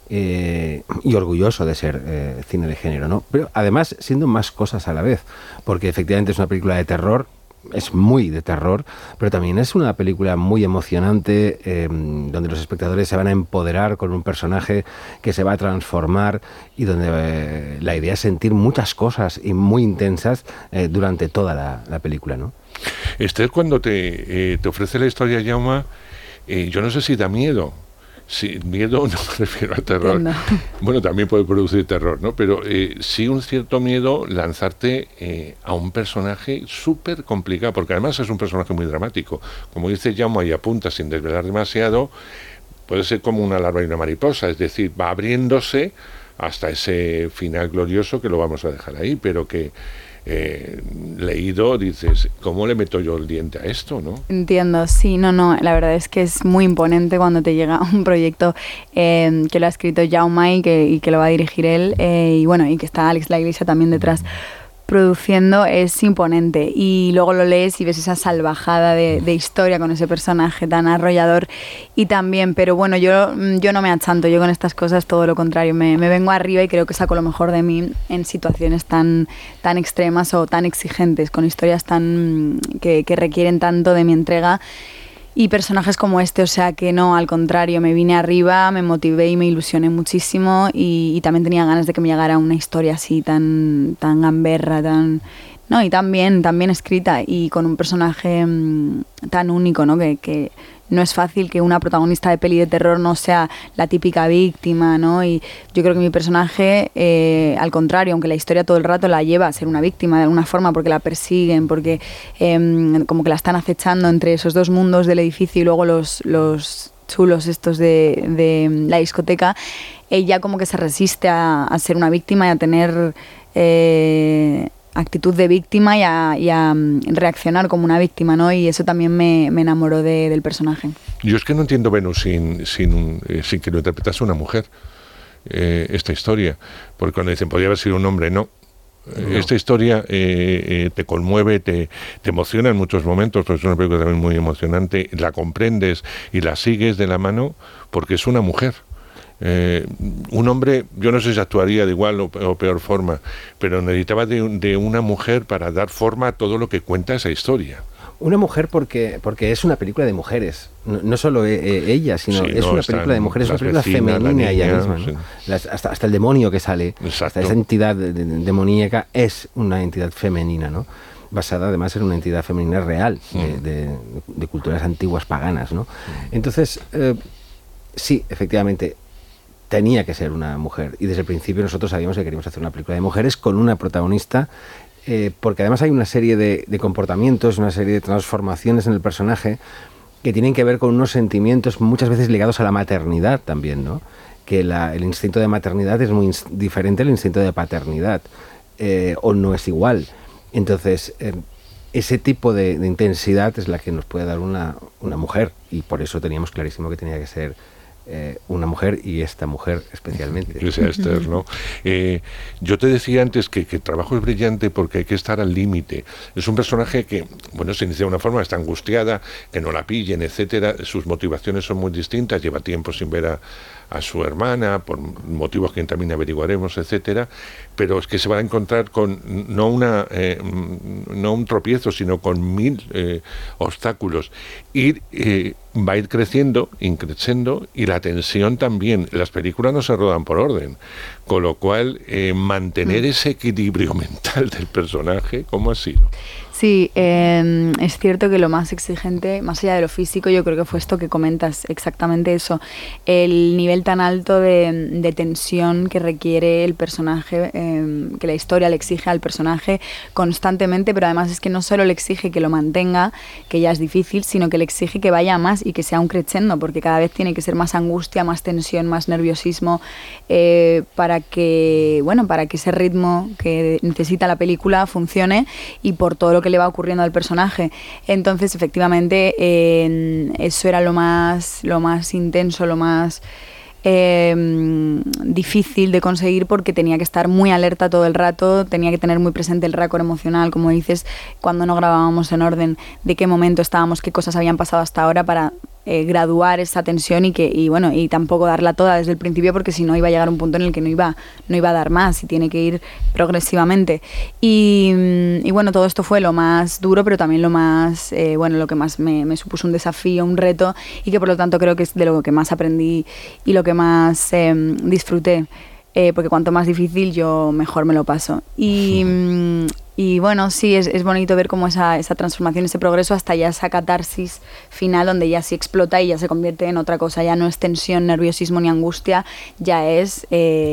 y orgulloso de ser cine de género, ¿no? Pero además siendo más cosas a la vez. Porque efectivamente es una película de terror. Es muy de terror, pero también es una película muy emocionante, donde los espectadores se van a empoderar con un personaje que se va a transformar y donde la idea es sentir muchas cosas y muy intensas durante toda la película, ¿no? Esther, cuando te ofrece la historia, Jaume, yo no sé si da miedo. Sí, miedo no me refiero al terror. No. Bueno, también puede producir terror, ¿no? Pero sí un cierto miedo lanzarte a un personaje súper complicado, porque además es un personaje muy dramático. Como dice Jaume, y apunta sin desvelar demasiado, puede ser como una larva y una mariposa, es decir, va abriéndose hasta ese final glorioso que lo vamos a dejar ahí, pero que leído dices, ¿cómo le meto yo el diente a esto, no? Entiendo, sí, no, la verdad es que es muy imponente cuando te llega un proyecto que lo ha escrito Jaume y que lo va a dirigir él, y bueno, y que está Alex La Iglesia también detrás produciendo. Es imponente, y luego lo lees y ves esa salvajada de historia con ese personaje tan arrollador, y también, pero bueno, yo no me achanto, yo con estas cosas todo lo contrario, me vengo arriba y creo que saco lo mejor de mí en situaciones tan extremas o tan exigentes, con historias tan que requieren tanto de mi entrega. Y personajes como este, o sea que no, al contrario, me vine arriba, me motivé y me ilusioné muchísimo, y también tenía ganas de que me llegara una historia así tan gamberra, y tan bien escrita, y con un personaje tan único, ¿no? Que no es fácil que una protagonista de peli de terror no sea la típica víctima, ¿no? Y yo creo que mi personaje, al contrario, aunque la historia todo el rato la lleva a ser una víctima de alguna forma, porque la persiguen, porque como que la están acechando entre esos dos mundos del edificio y luego los chulos estos de la discoteca, ella como que se resiste a ser una víctima y a tener actitud de víctima y a reaccionar como una víctima, ¿no? Y eso también me enamoró del personaje. Yo es que no entiendo Venus sin que lo interpretase una mujer, esta historia, porque cuando dicen podría haber sido un hombre, no. Esta historia te conmueve, te emociona en muchos momentos, porque es una película también muy emocionante, la comprendes y la sigues de la mano porque es una mujer. Un hombre, yo no sé si actuaría de igual o peor forma, pero necesitaba de una mujer para dar forma a todo lo que cuenta esa historia. Una mujer porque es una película de mujeres, no solo ella, sino es una película de mujeres, es una película femenina ella misma, ¿no? Sí. Hasta el demonio que sale, hasta esa entidad demoníaca es una entidad femenina, ¿no? Basada además en una entidad femenina real, de culturas antiguas paganas, ¿no? Entonces, sí, efectivamente, tenía que ser una mujer, y desde el principio nosotros sabíamos que queríamos hacer una película de mujeres con una protagonista, porque además hay una serie de comportamientos, una serie de transformaciones en el personaje que tienen que ver con unos sentimientos muchas veces ligados a la maternidad también, ¿no? Que el instinto de maternidad es muy diferente al instinto de paternidad, o no es igual. Entonces, ese tipo de intensidad es la que nos puede dar una mujer, y por eso teníamos clarísimo que tenía que ser una mujer, y esta mujer especialmente. Que sea Esther, ¿no? Yo te decía antes que el trabajo es brillante porque hay que estar al límite. Es un personaje que, bueno, se inicia de una forma, está angustiada, que no la pillen, etcétera. Sus motivaciones son muy distintas, lleva tiempo sin ver a su hermana, por motivos que también averiguaremos, etcétera, pero es que se va a encontrar con no un tropiezo, sino con 1000 obstáculos, y va a ir creciendo, increciendo, y la tensión también. Las películas no se rodan por orden, con lo cual mantener ese equilibrio mental del personaje, ¿cómo ha sido? Sí, es cierto que lo más exigente, más allá de lo físico, yo creo que fue esto que comentas, exactamente eso, el nivel tan alto de tensión que requiere el personaje, que la historia le exige al personaje constantemente, pero además es que no solo le exige que lo mantenga, que ya es difícil, sino que le exige que vaya más y que sea un crescendo, porque cada vez tiene que ser más angustia, más tensión, más nerviosismo, para que ese ritmo que necesita la película funcione, y por todo lo que le va ocurriendo al personaje. Entonces, efectivamente, eso era lo más intenso, lo más difícil de conseguir, porque tenía que estar muy alerta todo el rato, tenía que tener muy presente el récord emocional, como dices, cuando no grabábamos en orden, de qué momento estábamos, qué cosas habían pasado hasta ahora, para graduar esa tensión y tampoco darla toda desde el principio, porque si no iba a llegar un punto en el que no iba a dar más, y tiene que ir progresivamente. Y bueno, todo esto fue lo más duro, pero también lo más lo que más me supuso un desafío, un reto, y que por lo tanto creo que es de lo que más aprendí y lo que más disfruté, porque cuanto más difícil yo mejor me lo paso. Y bueno, sí, es bonito ver cómo esa transformación, ese progreso, hasta ya esa catarsis final, donde ya sí explota y ya se convierte en otra cosa. Ya no es tensión, nerviosismo ni angustia, ya es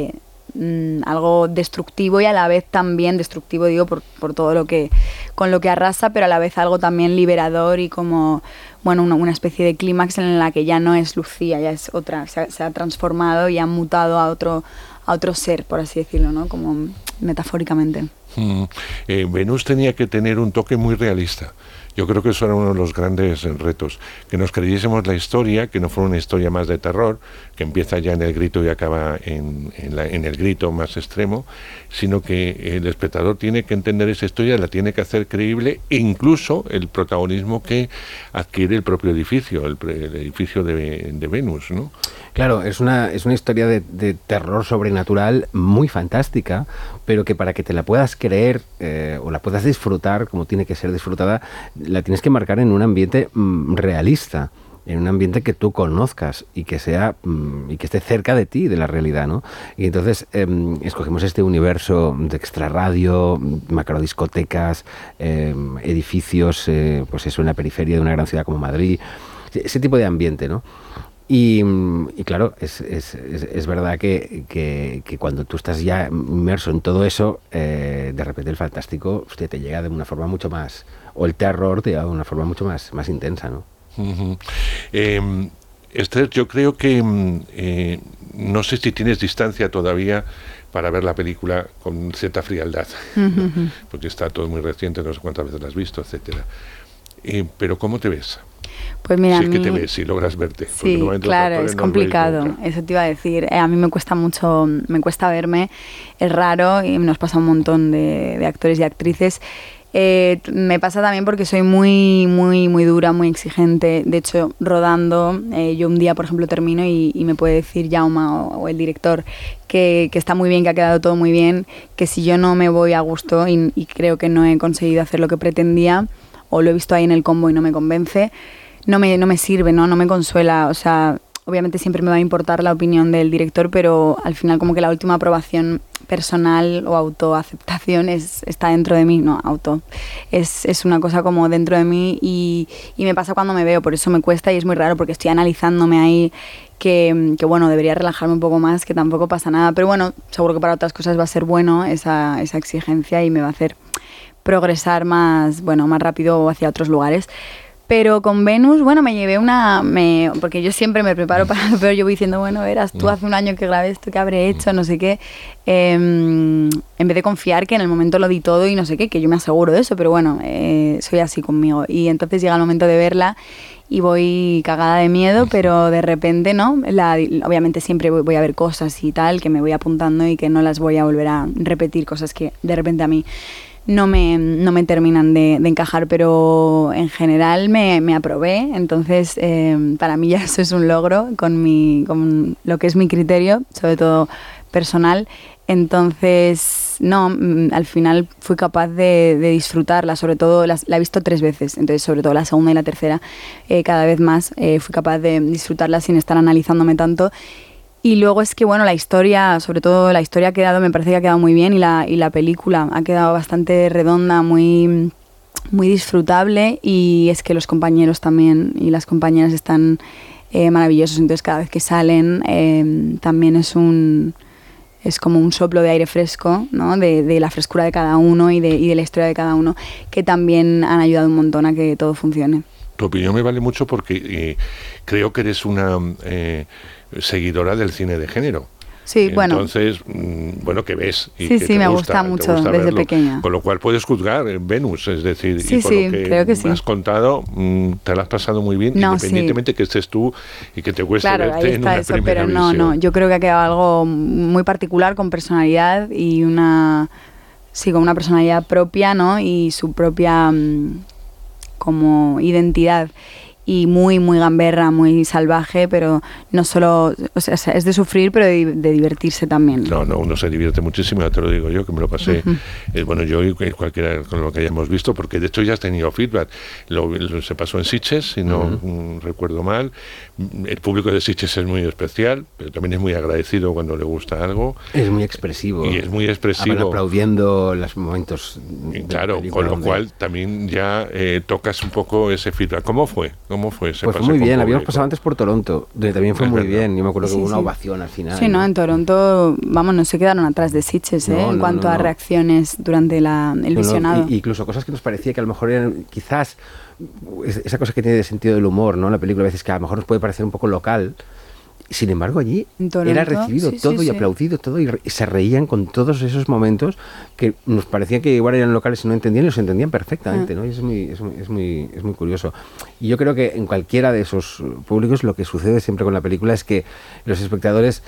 algo destructivo, y a la vez también destructivo, digo, por todo con lo que arrasa, pero a la vez algo también liberador, y como una especie de clímax en la que ya no es Lucía, ya es otra, se ha transformado y ha mutado a otro ser, por así decirlo, ¿no? Como metafóricamente. Venus tenía que tener un toque muy realista. Yo creo que eso era uno de los grandes retos, que nos creyésemos la historia, que no fuera una historia más de terror, que empieza ya en el grito y acaba en el grito más extremo, sino que el espectador tiene que entender esa historia, la tiene que hacer creíble, e incluso el protagonismo que adquiere el propio edificio, el edificio de Venus, ¿no? Claro, es una historia de terror sobrenatural muy fantástica, pero que para que te la puedas creer o la puedas disfrutar como tiene que ser disfrutada, la tienes que marcar en un ambiente realista, en un ambiente que tú conozcas y que sea y que esté cerca de ti, de la realidad, ¿no? Y entonces escogemos este universo de extrarradio, macrodiscotecas, edificios, pues eso, en la periferia de una gran ciudad como Madrid, ese tipo de ambiente, ¿no? Y claro, es verdad que cuando tú estás ya inmerso en todo eso, de repente el fantástico te llega de una forma mucho más, o el terror te llega de una forma mucho más intensa, ¿no? Uh-huh. Esther, yo creo que no sé si tienes distancia todavía para ver la película con cierta frialdad, uh-huh. Porque está todo muy reciente, no sé cuántas veces la has visto, etcétera. Pero ¿cómo te ves? Pues mira, si es que te ves, si logras verte. Sí, claro, es complicado, eso te iba a decir. A mí me cuesta mucho, me cuesta verme, es raro, y nos pasa un montón de actores y actrices. Me pasa también porque soy muy dura, muy exigente. De hecho, rodando, yo un día, por ejemplo, termino y me puede decir Jaume o el director que está muy bien, que ha quedado todo muy bien, que si yo no me voy a gusto y creo que no he conseguido hacer lo que pretendía, o lo he visto ahí en el combo y no me convence, no me sirve, no me consuela. O sea, obviamente siempre me va a importar la opinión del director, pero al final como que la última aprobación personal o autoaceptación está dentro de mí, no, es una cosa como dentro de mí, y me pasa cuando me veo, por eso me cuesta, y es muy raro porque estoy analizándome ahí que bueno, debería relajarme un poco más, que tampoco pasa nada, pero bueno, seguro que para otras cosas va a ser bueno esa exigencia, y me va a hacer progresar más rápido hacia otros lugares. Pero con Venus, bueno, me llevé porque yo siempre me preparo para lo peor, yo voy diciendo, bueno, verás, tú hace un año que grabé esto, ¿qué habré hecho? No sé qué. En vez de confiar que en el momento lo di todo y no sé qué, que yo me aseguro de eso, pero bueno, soy así conmigo. Y entonces llega el momento de verla y voy cagada de miedo, pero de repente, ¿no? Obviamente siempre voy a ver cosas y tal, que me voy apuntando y que no las voy a volver a repetir, cosas que de repente a mí no me terminan de encajar, pero en general me aprobé, entonces para mí ya eso es un logro con lo que es mi criterio, sobre todo personal. Entonces, al final fui capaz de disfrutarla, sobre todo la he visto 3 veces, entonces sobre todo la segunda y la tercera, cada vez más fui capaz de disfrutarla sin estar analizándome tanto. Y luego es que, bueno, la historia, sobre todo la historia me parece que ha quedado muy bien y la película ha quedado bastante redonda, muy, muy disfrutable, y es que los compañeros también y las compañeras están maravillosos, entonces cada vez que salen también es como un soplo de aire fresco, ¿no? De la frescura de cada uno y de la historia de cada uno, que también han ayudado un montón a que todo funcione. Tu opinión me vale mucho porque creo que eres una seguidora del cine de género. Sí, bueno. Entonces, que ves y sí, que sí, me gusta mucho desde verlo, pequeña. Con lo cual puedes juzgar Venus, es decir, sí, y por sí, lo que creo que sí. me has contado, te lo has pasado muy bien, independientemente que estés tú y que te cueste verte en una primera visión. No, yo creo que ha quedado algo muy particular, con personalidad y con una personalidad propia, ¿no? Y su propia como identidad. Y muy, muy gamberra, muy salvaje, pero no solo, es de sufrir, pero de divertirse también. No, uno se divierte muchísimo, ya te lo digo yo, que me lo pasé, yo y cualquiera con lo que hayamos visto, porque de hecho ya has tenido feedback, se pasó en Sitges, si no recuerdo mal, el público de Sitges es muy especial, pero también es muy agradecido cuando le gusta algo. Es muy expresivo. Y es muy expresivo. Aplaudiendo los momentos. Claro, con lo cual también ya tocas un poco ese feedback. ¿Cómo fue ese Pues paseo? Muy bien, público? habíamos pasado antes por Toronto, donde también fue muy bien. Yo me acuerdo que hubo una sí. ovación al final. Sí, ¿no? En Toronto, no se quedaron atrás de Sitges, en cuanto a reacciones durante el visionado. Incluso cosas que nos parecía que a lo mejor eran quizás esa cosa que tiene de sentido del humor, ¿no? La película a veces que a lo mejor nos puede parecer un poco local. Sin embargo, allí era recibido todo y aplaudido todo, y se reían con todos esos momentos que nos parecía que igual eran locales y no entendían, y los entendían perfectamente, ¿no? Y es muy curioso. Y yo creo que en cualquiera de esos públicos lo que sucede siempre con la película es que los espectadores,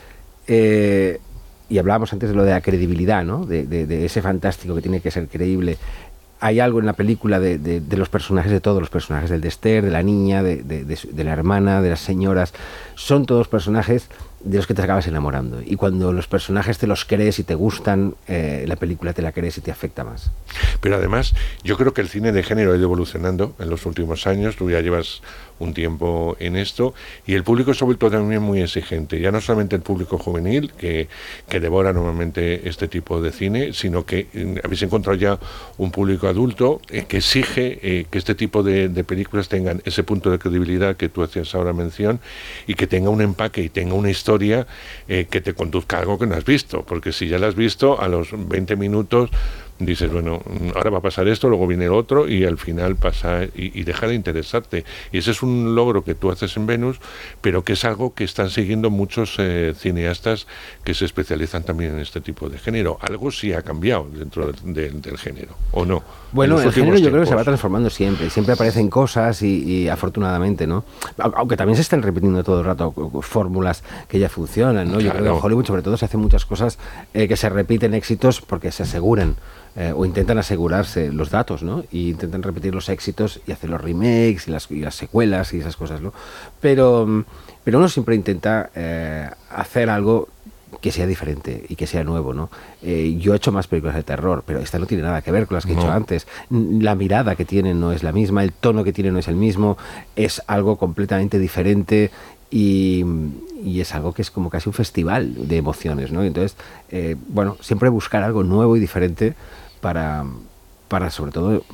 y hablábamos antes de lo de la credibilidad, ¿no? De ese fantástico que tiene que ser creíble. Hay algo en la película de los personajes, de todos los personajes, del de Esther, de la niña, de la hermana, de las señoras. Son todos personajes de los que te acabas enamorando. Y cuando los personajes te los crees y te gustan, la película te la crees y te afecta más. Pero además, yo creo que el cine de género ha ido evolucionando en los últimos años. Tú ya llevas un tiempo en esto, y el público se ha vuelto también muy exigente. Ya no solamente el público juvenil, que devora normalmente este tipo de cine, sino que habéis encontrado ya un público adulto que exige que este tipo de películas tengan ese punto de credibilidad que tú hacías ahora mención, y que tenga un empaque y tenga una historia que te conduzca a algo que no has visto, porque si ya la has visto, a los 20 minutos dices, bueno, ahora va a pasar esto, luego viene el otro, y al final pasa y deja de interesarte. Y ese es un logro que tú haces en Venus, pero que es algo que están siguiendo muchos cineastas que se especializan también en este tipo de género. Algo sí ha cambiado dentro del género, ¿o no? Bueno, el género yo creo que se va transformando siempre aparecen cosas y afortunadamente, ¿no? Aunque también se están repitiendo todo el rato fórmulas que ya funcionan, ¿no? Claro. Yo creo que en Hollywood sobre todo se hacen muchas cosas que se repiten éxitos porque se aseguran o intentan asegurarse los datos, ¿no? Y intentan repetir los éxitos y hacer los remakes y las secuelas y esas cosas, ¿no? Pero uno siempre intenta hacer algo que sea diferente y que sea nuevo, ¿no? Yo he hecho más películas de terror, pero esta no tiene nada que ver con las que he hecho antes. La mirada que tienen no es la misma, el tono que tienen no es el mismo, es algo completamente diferente. Y es algo que es como casi un festival de emociones, ¿no? Entonces, siempre buscar algo nuevo y diferente para sobre todo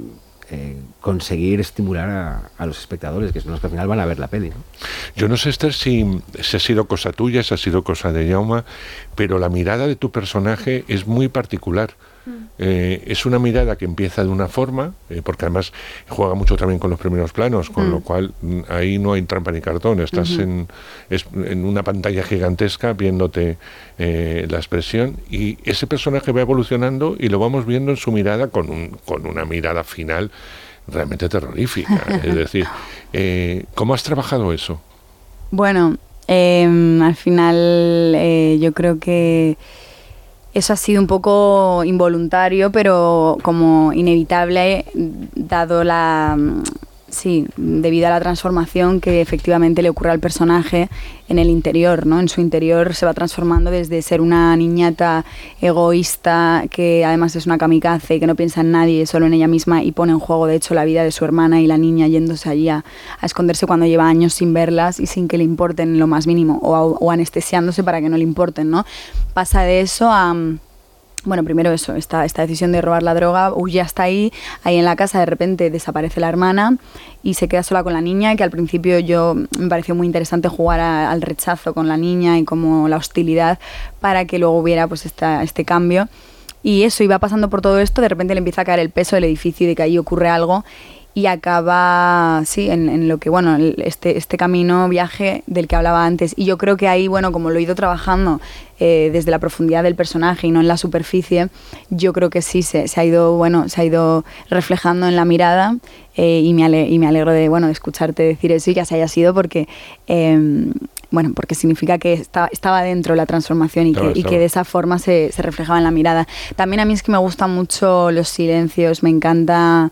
conseguir estimular a los espectadores, que son los que al final van a ver la peli, ¿no? Yo no sé, Esther, si ha sido cosa tuya, si ha sido cosa de Jaume, pero la mirada de tu personaje es muy particular. Es una mirada que empieza de una forma, porque además juega mucho también con los primeros planos, con lo cual ahí no hay trampa ni cartón, estás en una pantalla gigantesca viéndote la expresión, y ese personaje va evolucionando y lo vamos viendo en su mirada con una mirada final realmente terrorífica. Es decir, ¿cómo has trabajado eso? Bueno, al final yo creo que eso ha sido un poco involuntario, pero como inevitable, dado debido a la transformación que efectivamente le ocurre al personaje en el interior, ¿no? En su interior se va transformando desde ser una niñata egoísta, que además es una kamikaze y que no piensa en nadie, solo en ella misma, y pone en juego de hecho la vida de su hermana y la niña, yéndose allí a esconderse cuando lleva años sin verlas y sin que le importen lo más mínimo, o anestesiándose para que no le importen, ¿no? Pasa de eso a... Bueno, primero eso, esta decisión de robar la droga, huye hasta ahí en la casa de repente desaparece la hermana y se queda sola con la niña, que al principio me pareció muy interesante jugar al rechazo con la niña y como la hostilidad, para que luego hubiera pues este cambio. Y eso, iba pasando por todo esto, de repente le empieza a caer el peso del edificio y de que ahí ocurre algo, y acaba, en lo que, bueno, este camino, viaje del que hablaba antes. Y yo creo que ahí, bueno, como lo he ido trabajando desde la profundidad del personaje y no en la superficie, yo creo que sí, se ha ido reflejando en la mirada, y me alegro de escucharte decir eso y que se haya sido porque... porque significa que estaba dentro de la transformación y que de esa forma se reflejaba en la mirada. También a mí es que me gustan mucho los silencios, me encanta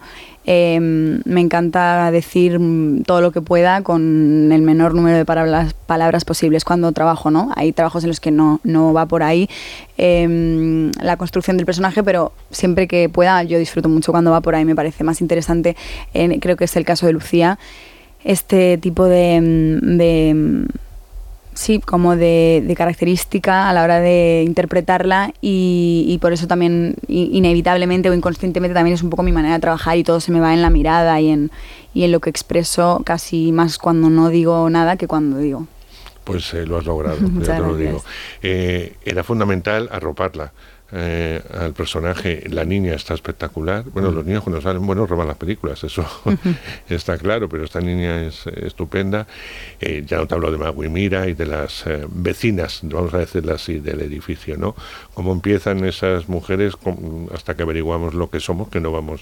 decir todo lo que pueda con el menor número de palabras posibles cuando trabajo, ¿no? Hay trabajos en los que no va por ahí la construcción del personaje, pero siempre que pueda yo disfruto mucho cuando va por ahí, me parece más interesante. Creo que es el caso de Lucía, este tipo de característica a la hora de interpretarla, y por eso también inevitablemente o inconscientemente también es un poco mi manera de trabajar, y todo se me va en la mirada y en lo que expreso, casi más cuando no digo nada que cuando digo. Pues lo has logrado, ya te lo digo. Era fundamental arroparla al personaje. La niña está espectacular. Bueno, los niños cuando salen buenos roban las películas, eso está claro, pero esta niña es estupenda. Ya no te hablo de Maguimira y de las vecinas, vamos a decirlo así, del edificio, ¿no? Cómo empiezan esas mujeres hasta que averiguamos lo que somos, que no voy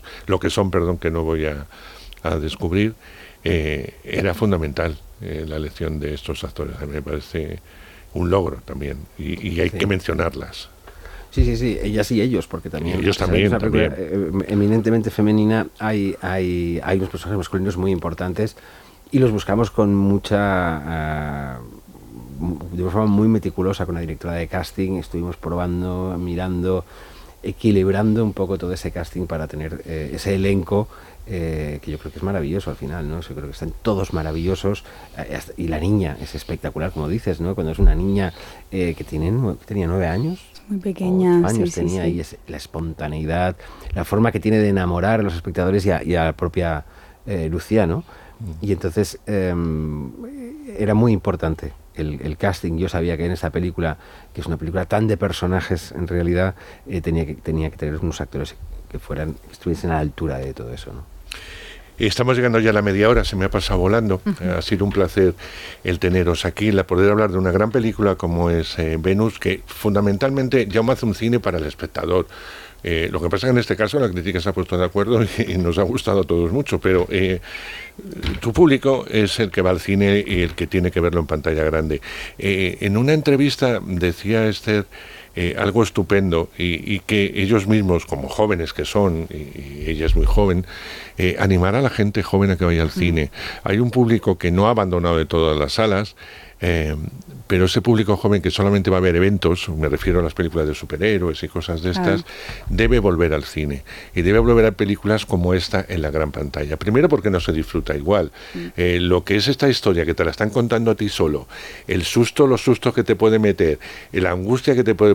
a descubrir. Era fundamental la elección de estos actores. A mí me parece un logro también, y hay que mencionarlas. Sí, ellas y ellos, porque también... Ellos también. Eminentemente femenina, hay unos personajes masculinos muy importantes, y los buscamos con mucha... de una forma muy meticulosa con la directora de casting. Estuvimos probando, mirando, equilibrando un poco todo ese casting para tener ese elenco que yo creo que es maravilloso al final, ¿no? Yo creo que están todos maravillosos, y la niña es espectacular, como dices, ¿no? Cuando es una niña que tenía 9 años, muy pequeña, tenía, y es la espontaneidad, la forma que tiene de enamorar a los espectadores y a la propia Lucía, ¿no? Y entonces era muy importante el casting. Yo sabía que en esta película, que es una película tan de personajes, en realidad tenía que tener unos actores que estuviesen a la altura de todo eso, ¿no? Estamos llegando ya a la media hora, se me ha pasado volando. Ha sido un placer el teneros aquí, poder hablar de una gran película como es Venus, que fundamentalmente Jaume hace un cine para el espectador. Lo que pasa es que en este caso la crítica se ha puesto de acuerdo y nos ha gustado a todos mucho, pero tu público es el que va al cine y el que tiene que verlo en pantalla grande. En una entrevista decía Esther algo estupendo, y que ellos mismos, como jóvenes que son, y ella es muy joven, animar a la gente joven a que vaya al cine. Hay un público que no ha abandonado de todas las salas, pero ese público joven que solamente va a ver eventos, me refiero a las películas de superhéroes y cosas de estas, debe volver al cine, y debe volver a películas como esta en la gran pantalla. Primero porque no se disfruta igual. Lo que es esta historia, que te la están contando a ti solo, los sustos que te puede meter, la angustia que te puede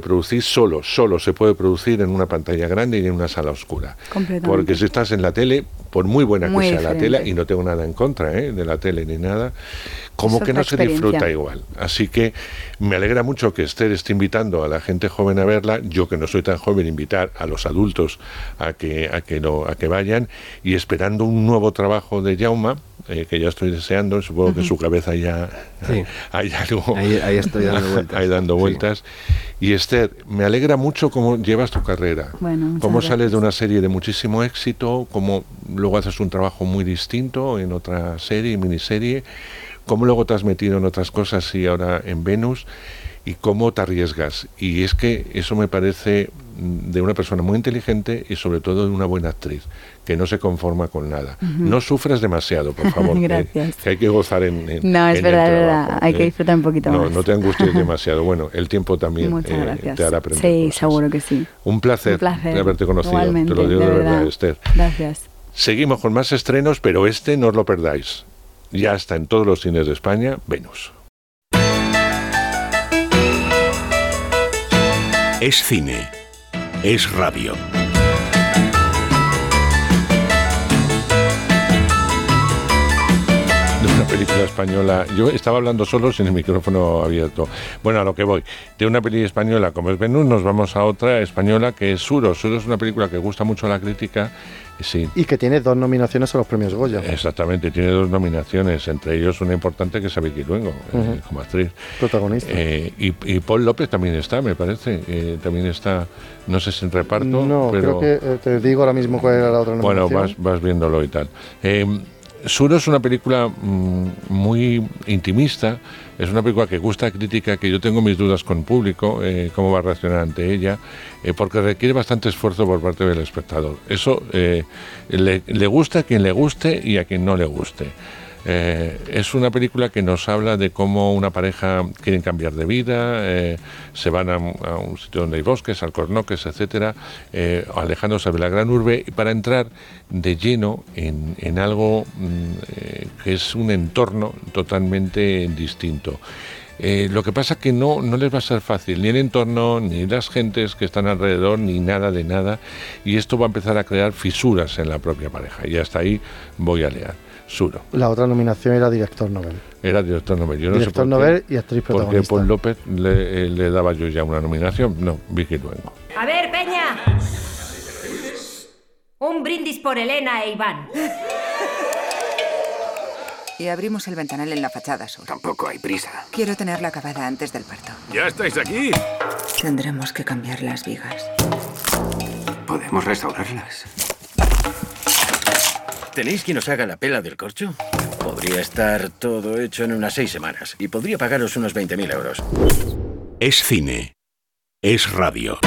producir solo se puede producir en una pantalla grande y en una sala oscura. Porque si estás en la tele, por muy buena que sea la tele, y no tengo nada en contra de la tele ni nada, como que no se disfruta igual. Así que me alegra mucho que Esther esté invitando a la gente joven a verla. Yo, que no soy tan joven, invitar a los adultos a que vayan, y esperando un nuevo trabajo de Jaume, que ya estoy deseando. Supongo que en su cabeza ya hay algo. Ahí estoy dando vueltas. Ahí dando vueltas. Y Esther, me alegra mucho cómo llevas tu carrera. Cómo sales de una serie de muchísimo éxito, cómo luego haces un trabajo muy distinto en otra serie, miniserie, cómo luego te has metido en otras cosas y ahora en Venus, y cómo te arriesgas. Y es que eso me parece de una persona muy inteligente y sobre todo de una buena actriz, que no se conforma con nada. No sufras demasiado, por favor. Gracias. Que hay que gozar en No, es verdad, el trabajo, es verdad. Hay que disfrutar un poquito más. No te angusties demasiado. Bueno, el tiempo también te hará aprender cosas. Seguro que sí. Un placer haberte conocido. Igualmente, te lo digo de verdad, Esther. Gracias. Seguimos con más estrenos, pero no os lo perdáis. Ya está en todos los cines de España, Venus. Es cine. Es radio. De una película española, yo estaba hablando solo sin el micrófono abierto. Bueno, a lo que voy, de una película española como es Venus, nos vamos a otra española que es Suro. Suro es una película que gusta mucho a la crítica. Sí. Y que tiene 2 nominaciones a los premios Goya. Exactamente, tiene 2 nominaciones, entre ellos una importante que es Vicky Luengo, como actriz. Protagonista. Y Paul López también está, me parece. También está, no sé si en reparto. No, pero creo que te digo ahora mismo cuál era la otra nominación. Bueno, vas viéndolo y tal. Suro es una película muy intimista, es una película que gusta a crítica, que yo tengo mis dudas con el público, cómo va a reaccionar ante ella, porque requiere bastante esfuerzo por parte del espectador. Eso le gusta a quien le guste y a quien no le guste. Es una película que nos habla de cómo una pareja quieren cambiar de vida, se van a un sitio donde hay bosques, alcornoques, etcétera, alejándose de la gran urbe, para entrar de lleno en algo que es un entorno totalmente distinto. Lo que pasa es que no les va a ser fácil, ni el entorno, ni las gentes que están alrededor, ni nada de nada, y esto va a empezar a crear fisuras en la propia pareja, y hasta ahí voy a leer. Suro. La otra nominación era director Nobel. Era director Nobel. Yo no director sé Nobel y actriz protagonista. Porque Paul López le daba yo ya una nominación. No, Vicky Luengo. A ver, Peña. Un brindis por Elena e Iván. Y abrimos el ventanal en la fachada sur. Tampoco hay prisa. Quiero tenerla acabada antes del parto. ¿Ya estáis aquí? Tendremos que cambiar las vigas. Podemos restaurarlas. ¿Tenéis quien os haga la pela del corcho? Podría estar todo hecho en unas 6 semanas y podría pagaros unos 20.000 euros. Es cine. Es radio.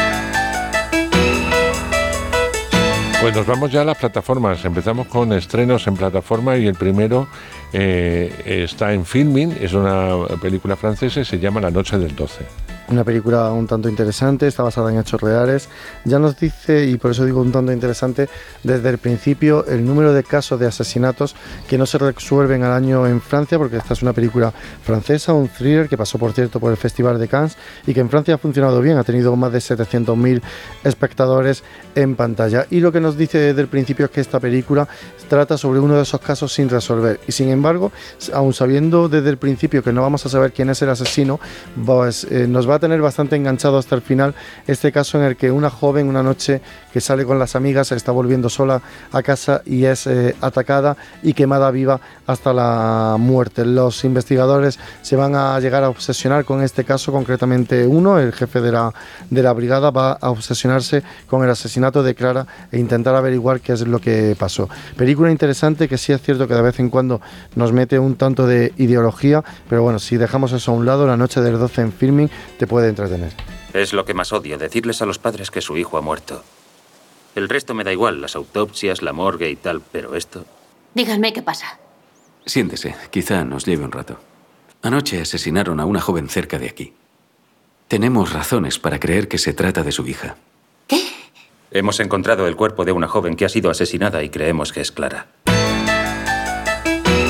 Pues nos vamos ya a las plataformas. Empezamos con estrenos en plataforma y el primero está en Filmin. Es una película francesa y se llama La noche del 12. Una película un tanto interesante, está basada en hechos reales. Ya nos dice, y por eso digo un tanto interesante, desde el principio el número de casos de asesinatos que no se resuelven al año en Francia, porque esta es una película francesa, un thriller que pasó, por cierto, por el Festival de Cannes y que en Francia ha funcionado bien, ha tenido más de 700.000 espectadores en pantalla. Y lo que nos dice desde el principio es que esta película trata sobre uno de esos casos sin resolver. Y sin embargo, aun sabiendo desde el principio que no vamos a saber quién es el asesino, pues nos va a tener bastante enganchado hasta el final este caso en el que una joven una noche que sale con las amigas se está volviendo sola a casa y es atacada y quemada viva hasta la muerte. Los investigadores se van a llegar a obsesionar con este caso, concretamente uno, el jefe de la brigada, va a obsesionarse con el asesinato de Clara e intentar averiguar qué es lo que pasó. Película interesante que sí es cierto que de vez en cuando nos mete un tanto de ideología, pero bueno, si dejamos eso a un lado, La noche del 12 en Filmin te puede entretener. Es lo que más odio, decirles a los padres que su hijo ha muerto. El resto me da igual, las autopsias, la morgue y tal, pero esto... Díganme qué pasa. Siéntese, quizá nos lleve un rato. Anoche asesinaron a una joven cerca de aquí. Tenemos razones para creer que se trata de su hija. ¿Qué? Hemos encontrado el cuerpo de una joven que ha sido asesinada y creemos que es Clara.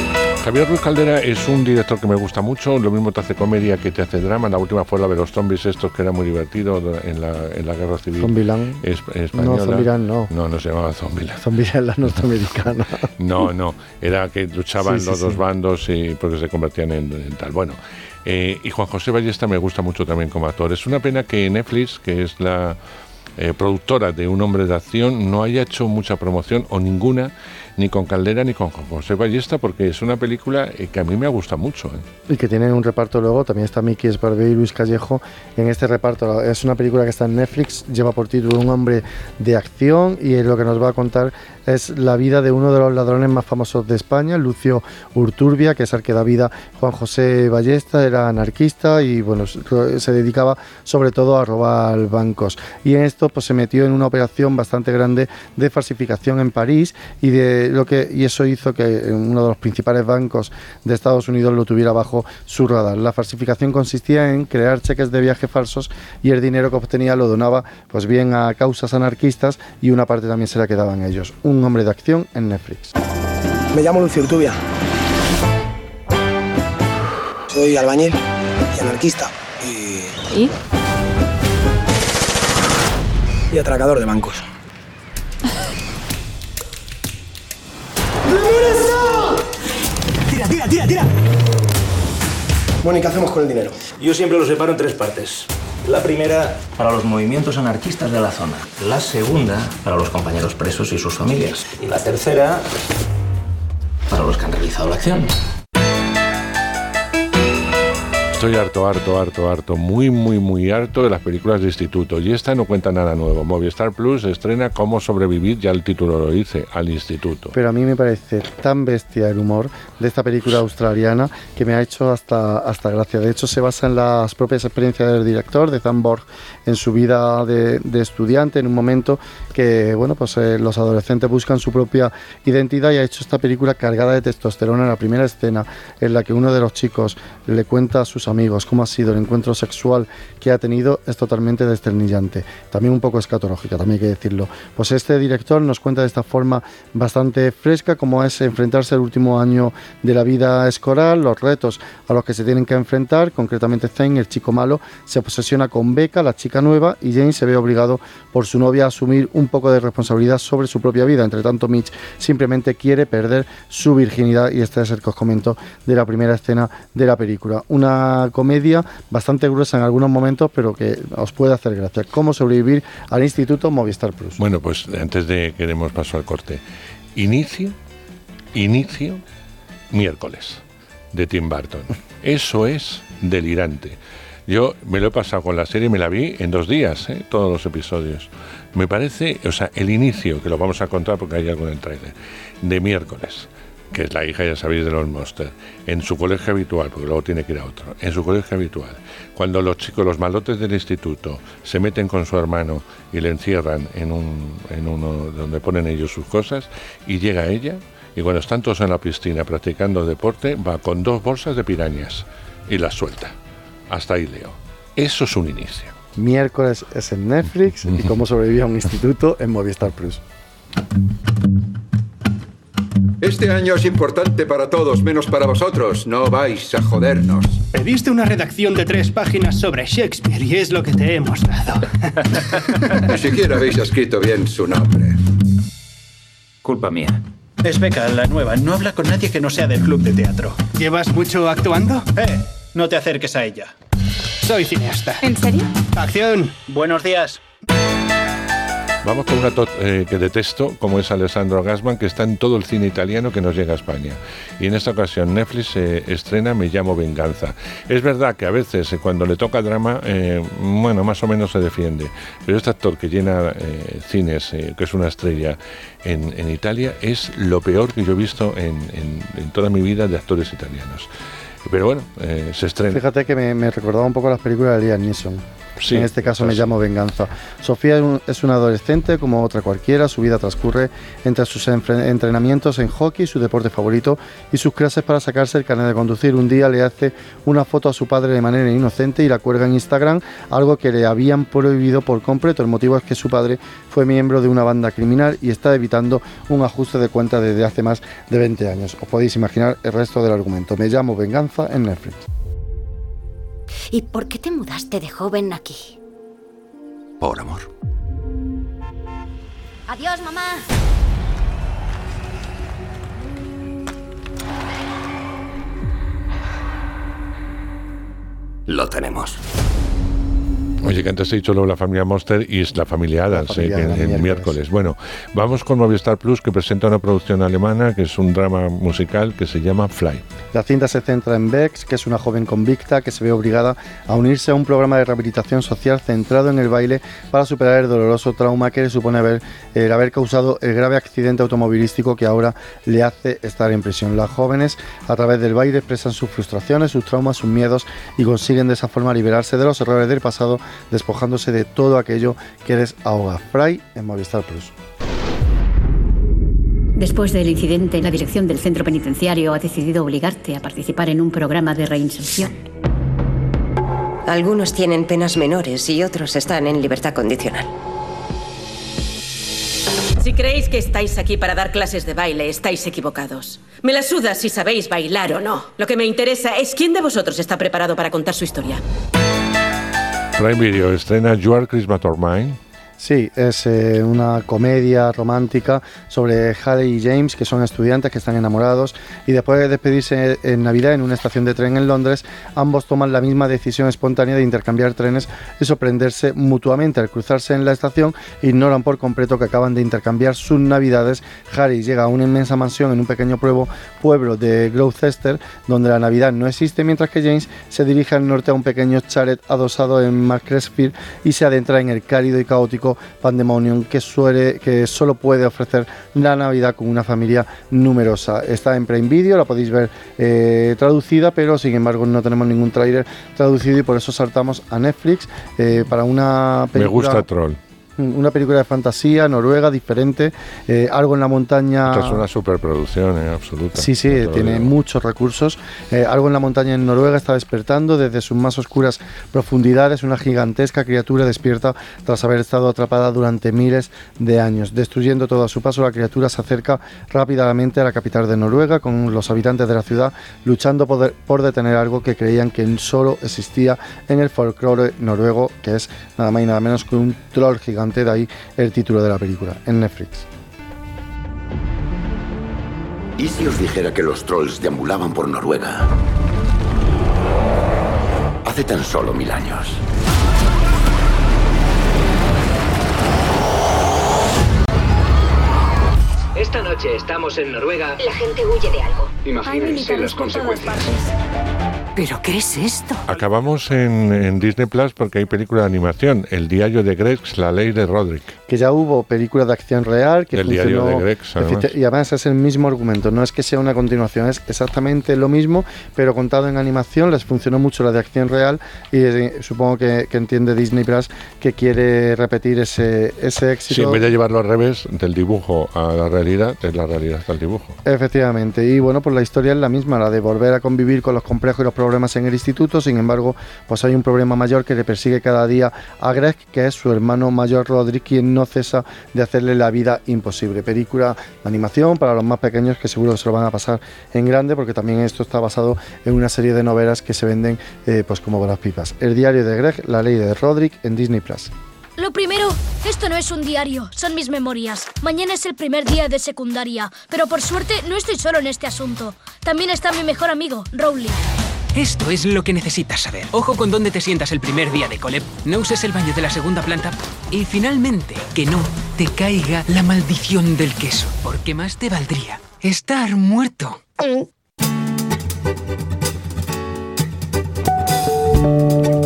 Javier Ruiz Caldera es un director que me gusta mucho, lo mismo te hace comedia que te hace drama. La última fue la de los zombies estos, que era muy divertido en la guerra civil Zombieland. Española. No, Zombieland no. No se llamaba Zombieland. Zombieland la norteamericana. No, era que luchaban los dos bandos y porque se convertían en tal. Bueno, y Juan José Ballesta me gusta mucho también como actor. Es una pena que Netflix, que es la productora de Un hombre de acción, no haya hecho mucha promoción o ninguna, ni con Caldera ni con José Ballesta, porque es una película que a mí me gusta mucho. Y que tiene un reparto luego, también está Miki Esparvé y Luis Callejo en este reparto. Es una película que está en Netflix, lleva por título Un hombre de acción, y lo que nos va a contar es la vida de uno de los ladrones más famosos de España, Lucio Urturbia, que es al que da vida Juan José Ballesta. Era anarquista y bueno, se dedicaba sobre todo a robar bancos, y en esto pues se metió en una operación bastante grande de falsificación en París, y eso hizo que uno de los principales bancos de Estados Unidos lo tuviera bajo su radar. La falsificación consistía en crear cheques de viaje falsos, y el dinero que obtenía lo donaba pues bien a causas anarquistas, y una parte también se la quedaban ellos. Un hombre de acción en Netflix. Me llamo Lucio Urtubia. Soy albañil y anarquista. Y atracador de bancos. ¡Tira! Bueno, ¿y qué hacemos con el dinero? Yo siempre lo separo en 3 partes. La primera, para los movimientos anarquistas de la zona. La segunda, para los compañeros presos y sus familias. Y la tercera, para los que han realizado la acción. Estoy harto, muy harto de las películas de instituto, y esta no cuenta nada nuevo. Movistar Plus estrena Cómo sobrevivir, ya el título lo dice, al instituto. Pero a mí me parece tan bestia el humor de esta película australiana que me ha hecho hasta gracia. De hecho, se basa en las propias experiencias del director, de Sam Borg, en su vida de estudiante, en un momento que bueno, pues los adolescentes buscan su propia identidad, y ha hecho esta película cargada de testosterona. En la primera escena, en la que uno de los chicos le cuenta a sus amigos cómo ha sido el encuentro sexual que ha tenido, es totalmente desternillante, también un poco escatológica, también hay que decirlo. Pues este director nos cuenta de esta forma bastante fresca cómo es enfrentarse al último año de la vida escolar, los retos a los que se tienen que enfrentar. Concretamente, Zane, el chico malo, se obsesiona con Becca, la chica nueva, y James se ve obligado por su novia a asumir un poco de responsabilidad sobre su propia vida. Entre tanto, Mitch simplemente quiere perder su virginidad, y este es el que os comento de la primera escena de la película. Una comedia bastante gruesa en algunos momentos, pero que os puede hacer gracia. Cómo sobrevivir al instituto, Movistar Plus. Bueno, pues antes de que demos paso al corte, inicio miércoles, de Tim Burton. Eso es delirante. Yo me lo he pasado con la serie, me la vi en 2 días, todos los episodios. Me parece, o sea, el inicio, que lo vamos a contar porque hay algo en el tráiler, de miércoles, que es la hija, ya sabéis, de los Monsters, en su colegio habitual, porque luego tiene que ir a otro, en su colegio habitual, cuando los chicos, los malotes del instituto, se meten con su hermano y le encierran en uno donde ponen ellos sus cosas, y llega ella, y cuando están todos en la piscina practicando deporte, va con 2 bolsas de pirañas y las suelta. Hasta ahí leo. Eso es un inicio. Miércoles es en Netflix, y Cómo sobrevivir a un instituto en Movistar Plus. Este año es importante para todos, menos para vosotros. No vais a jodernos. Pediste una redacción de 3 páginas sobre Shakespeare y es lo que te hemos dado. Ni siquiera habéis escrito bien su nombre. Culpa mía. Es Becca, la nueva. No habla con nadie que no sea del club de teatro. ¿Llevas mucho actuando? No te acerques a ella. Soy cineasta. ¿En serio? ¡Acción! Buenos días. Vamos con una que detesto, como es Alessandro Gassman, que está en todo el cine italiano que nos llega a España. Y en esta ocasión Netflix estrena Me llamo Venganza. Es verdad que a veces cuando le toca drama, bueno, más o menos se defiende. Pero este actor que llena cines, que es una estrella en Italia, es lo peor que yo he visto en toda mi vida de actores italianos. Pero bueno, se estrena. Fíjate que me recordaba un poco las películas de Liam Neeson. Sí, en este caso Me llamo Venganza. Sofía es una adolescente como otra cualquiera. Su vida transcurre entre sus entrenamientos en hockey, su deporte favorito, y sus clases para sacarse el carnet de conducir. Un día le hace una foto a su padre de manera inocente y la cuelga en Instagram, algo que le habían prohibido por completo. El motivo es que su padre fue miembro de una banda criminal y está evitando un ajuste de cuenta desde hace más de 20 años. Os podéis imaginar el resto del argumento. Me llamo Venganza en Netflix. ¿Y por qué te mudaste de joven aquí? Por amor. Adiós, mamá. Lo tenemos. Oye, que antes he dicho luego la familia Monster y es la familia Addams, que el miércoles. Bueno, vamos con Movistar Plus, que presenta una producción alemana que es un drama musical que se llama Fly. La cinta se centra en Bex, que es una joven convicta que se ve obligada a unirse a un programa de rehabilitación social centrado en el baile para superar el doloroso trauma que le supone el haber causado el grave accidente automovilístico que ahora le hace estar en prisión. Las jóvenes, a través del baile, expresan sus frustraciones, sus traumas, sus miedos y consiguen de esa forma liberarse de los errores del pasado, despojándose de todo aquello que les ahoga. Fry en Movistar Plus. Después del incidente, la dirección del centro penitenciario ha decidido obligarte a participar en un programa de reinserción. Algunos tienen penas menores y otros están en libertad condicional. Si creéis que estáis aquí para dar clases de baile, estáis equivocados. Me la suda si sabéis bailar o no. Lo que me interesa es quién de vosotros está preparado para contar su historia. Prime Video estrena You Are Christmas or Mine. Sí, es una comedia romántica sobre Haley y James, que son estudiantes que están enamorados, y después de despedirse en Navidad en una estación de tren en Londres, ambos toman la misma decisión espontánea de intercambiar trenes y sorprenderse mutuamente. Al cruzarse en la estación, ignoran por completo que acaban de intercambiar sus Navidades. Harry llega a una inmensa mansión en un pequeño pueblo de Gloucester, donde la Navidad no existe, mientras que James se dirige al norte a un pequeño chalet adosado en Macclesfield y se adentra en el cálido y caótico pandemonium que solo puede ofrecer la Navidad con una familia numerosa. Está en Prime Video, la podéis ver traducida, pero sin embargo no tenemos ningún tráiler traducido y por eso saltamos a Netflix para una película. Me gusta Troll. Una película de fantasía noruega diferente, algo en la montaña. Esto es una superproducción absoluta. Sí, tiene muchos recursos. Algo en la montaña en Noruega está despertando desde sus más oscuras profundidades. Una gigantesca criatura despierta tras haber estado atrapada durante miles de años. Destruyendo todo a su paso, la criatura se acerca rápidamente a la capital de Noruega, con los habitantes de la ciudad luchando por detener algo que creían que solo existía en el folclore noruego, que es nada más y nada menos que un troll gigante. De ahí el título de la película, en Netflix. ¿Y si os dijera que los trolls deambulaban por Noruega hace tan solo 1000 años? Esta noche estamos en Noruega. La gente huye de algo. Imagínense las consecuencias. ¿Pero qué es esto? Acabamos en Disney Plus porque hay película de animación, El diario de Greg, La ley de Roderick. Que ya hubo película de acción real que El funcionó, diario de Greg, además. Y además es el mismo argumento, no es que sea una continuación, es exactamente lo mismo, pero contado en animación. Les funcionó mucho la de acción real y supongo que entiende Disney Plus que quiere repetir ese éxito. Sí, en vez de llevarlo al revés, del dibujo a la realidad, es la realidad al dibujo. Efectivamente, y bueno, pues la historia es la misma, la de volver a convivir con los complejos y los problemas en el instituto. Sin embargo, pues hay un problema mayor que le persigue cada día a Greg, que es su hermano mayor Roderick, quien no cesa de hacerle la vida imposible. Película de animación para los más pequeños que seguro que se lo van a pasar en grande, porque también esto está basado en una serie de novelas que se venden pues como las pipas. El diario de Greg, La ley de Roderick, en Disney Plus. Lo primero, esto no es un diario, son mis memorias. Mañana es el primer día de secundaria, pero por suerte no estoy solo en este asunto. También está mi mejor amigo, Rowley. Esto es lo que necesitas saber. Ojo con dónde te sientas el primer día de cole. No uses el baño de la segunda planta. Y finalmente, que no te caiga la maldición del queso, porque más te valdría estar muerto.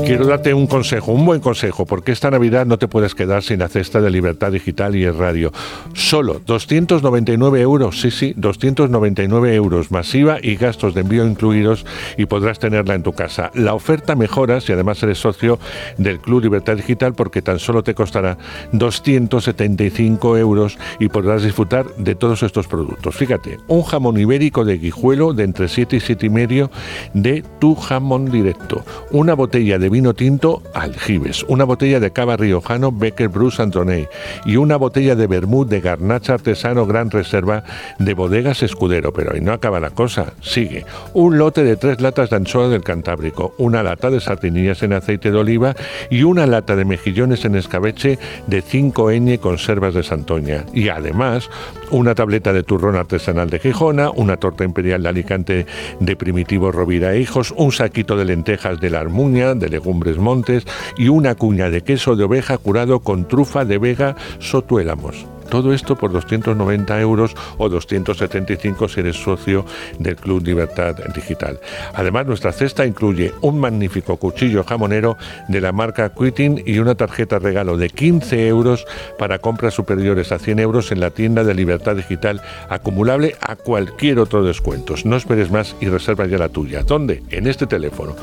Quiero darte un consejo, un buen consejo, porque esta Navidad no te puedes quedar sin la cesta de Libertad Digital y el radio. Solo 299 euros, sí, 299 euros, masiva y gastos de envío incluidos, y podrás tenerla en tu casa. La oferta mejora si además eres socio del Club Libertad Digital, porque tan solo te costará 275 euros y podrás disfrutar de todos estos productos. Fíjate, un jamón ibérico de Guijuelo de entre 7 y 7,5 de Tu Jamón Directo, una botella de vino tinto Aljibes, una botella de cava riojano Becker Bruce Antonei y una botella de vermut de Garnacha Artesano Gran Reserva de Bodegas Escudero. Pero ahí no acaba la cosa, sigue. Un lote de 3 latas de anchoa del Cantábrico, una lata de sardinillas en aceite de oliva y una lata de mejillones en escabeche de 5N Conservas de Santoña. Y además, una tableta de turrón artesanal de Gijona, una torta imperial de Alicante de Primitivo Rovira e Hijos, un saquito de lentejas de La Armuña, de Legumbres Montes, y una cuña de queso de oveja curado con trufa de Vega Sotuélamos. Todo esto por 290 euros o 275 si eres socio del Club Libertad Digital. Además, nuestra cesta incluye un magnífico cuchillo jamonero de la marca Quitting y una tarjeta regalo de 15 euros para compras superiores a 100 euros en la tienda de Libertad Digital, acumulable a cualquier otro descuento. No esperes más y reserva ya la tuya. ¿Dónde? En este teléfono,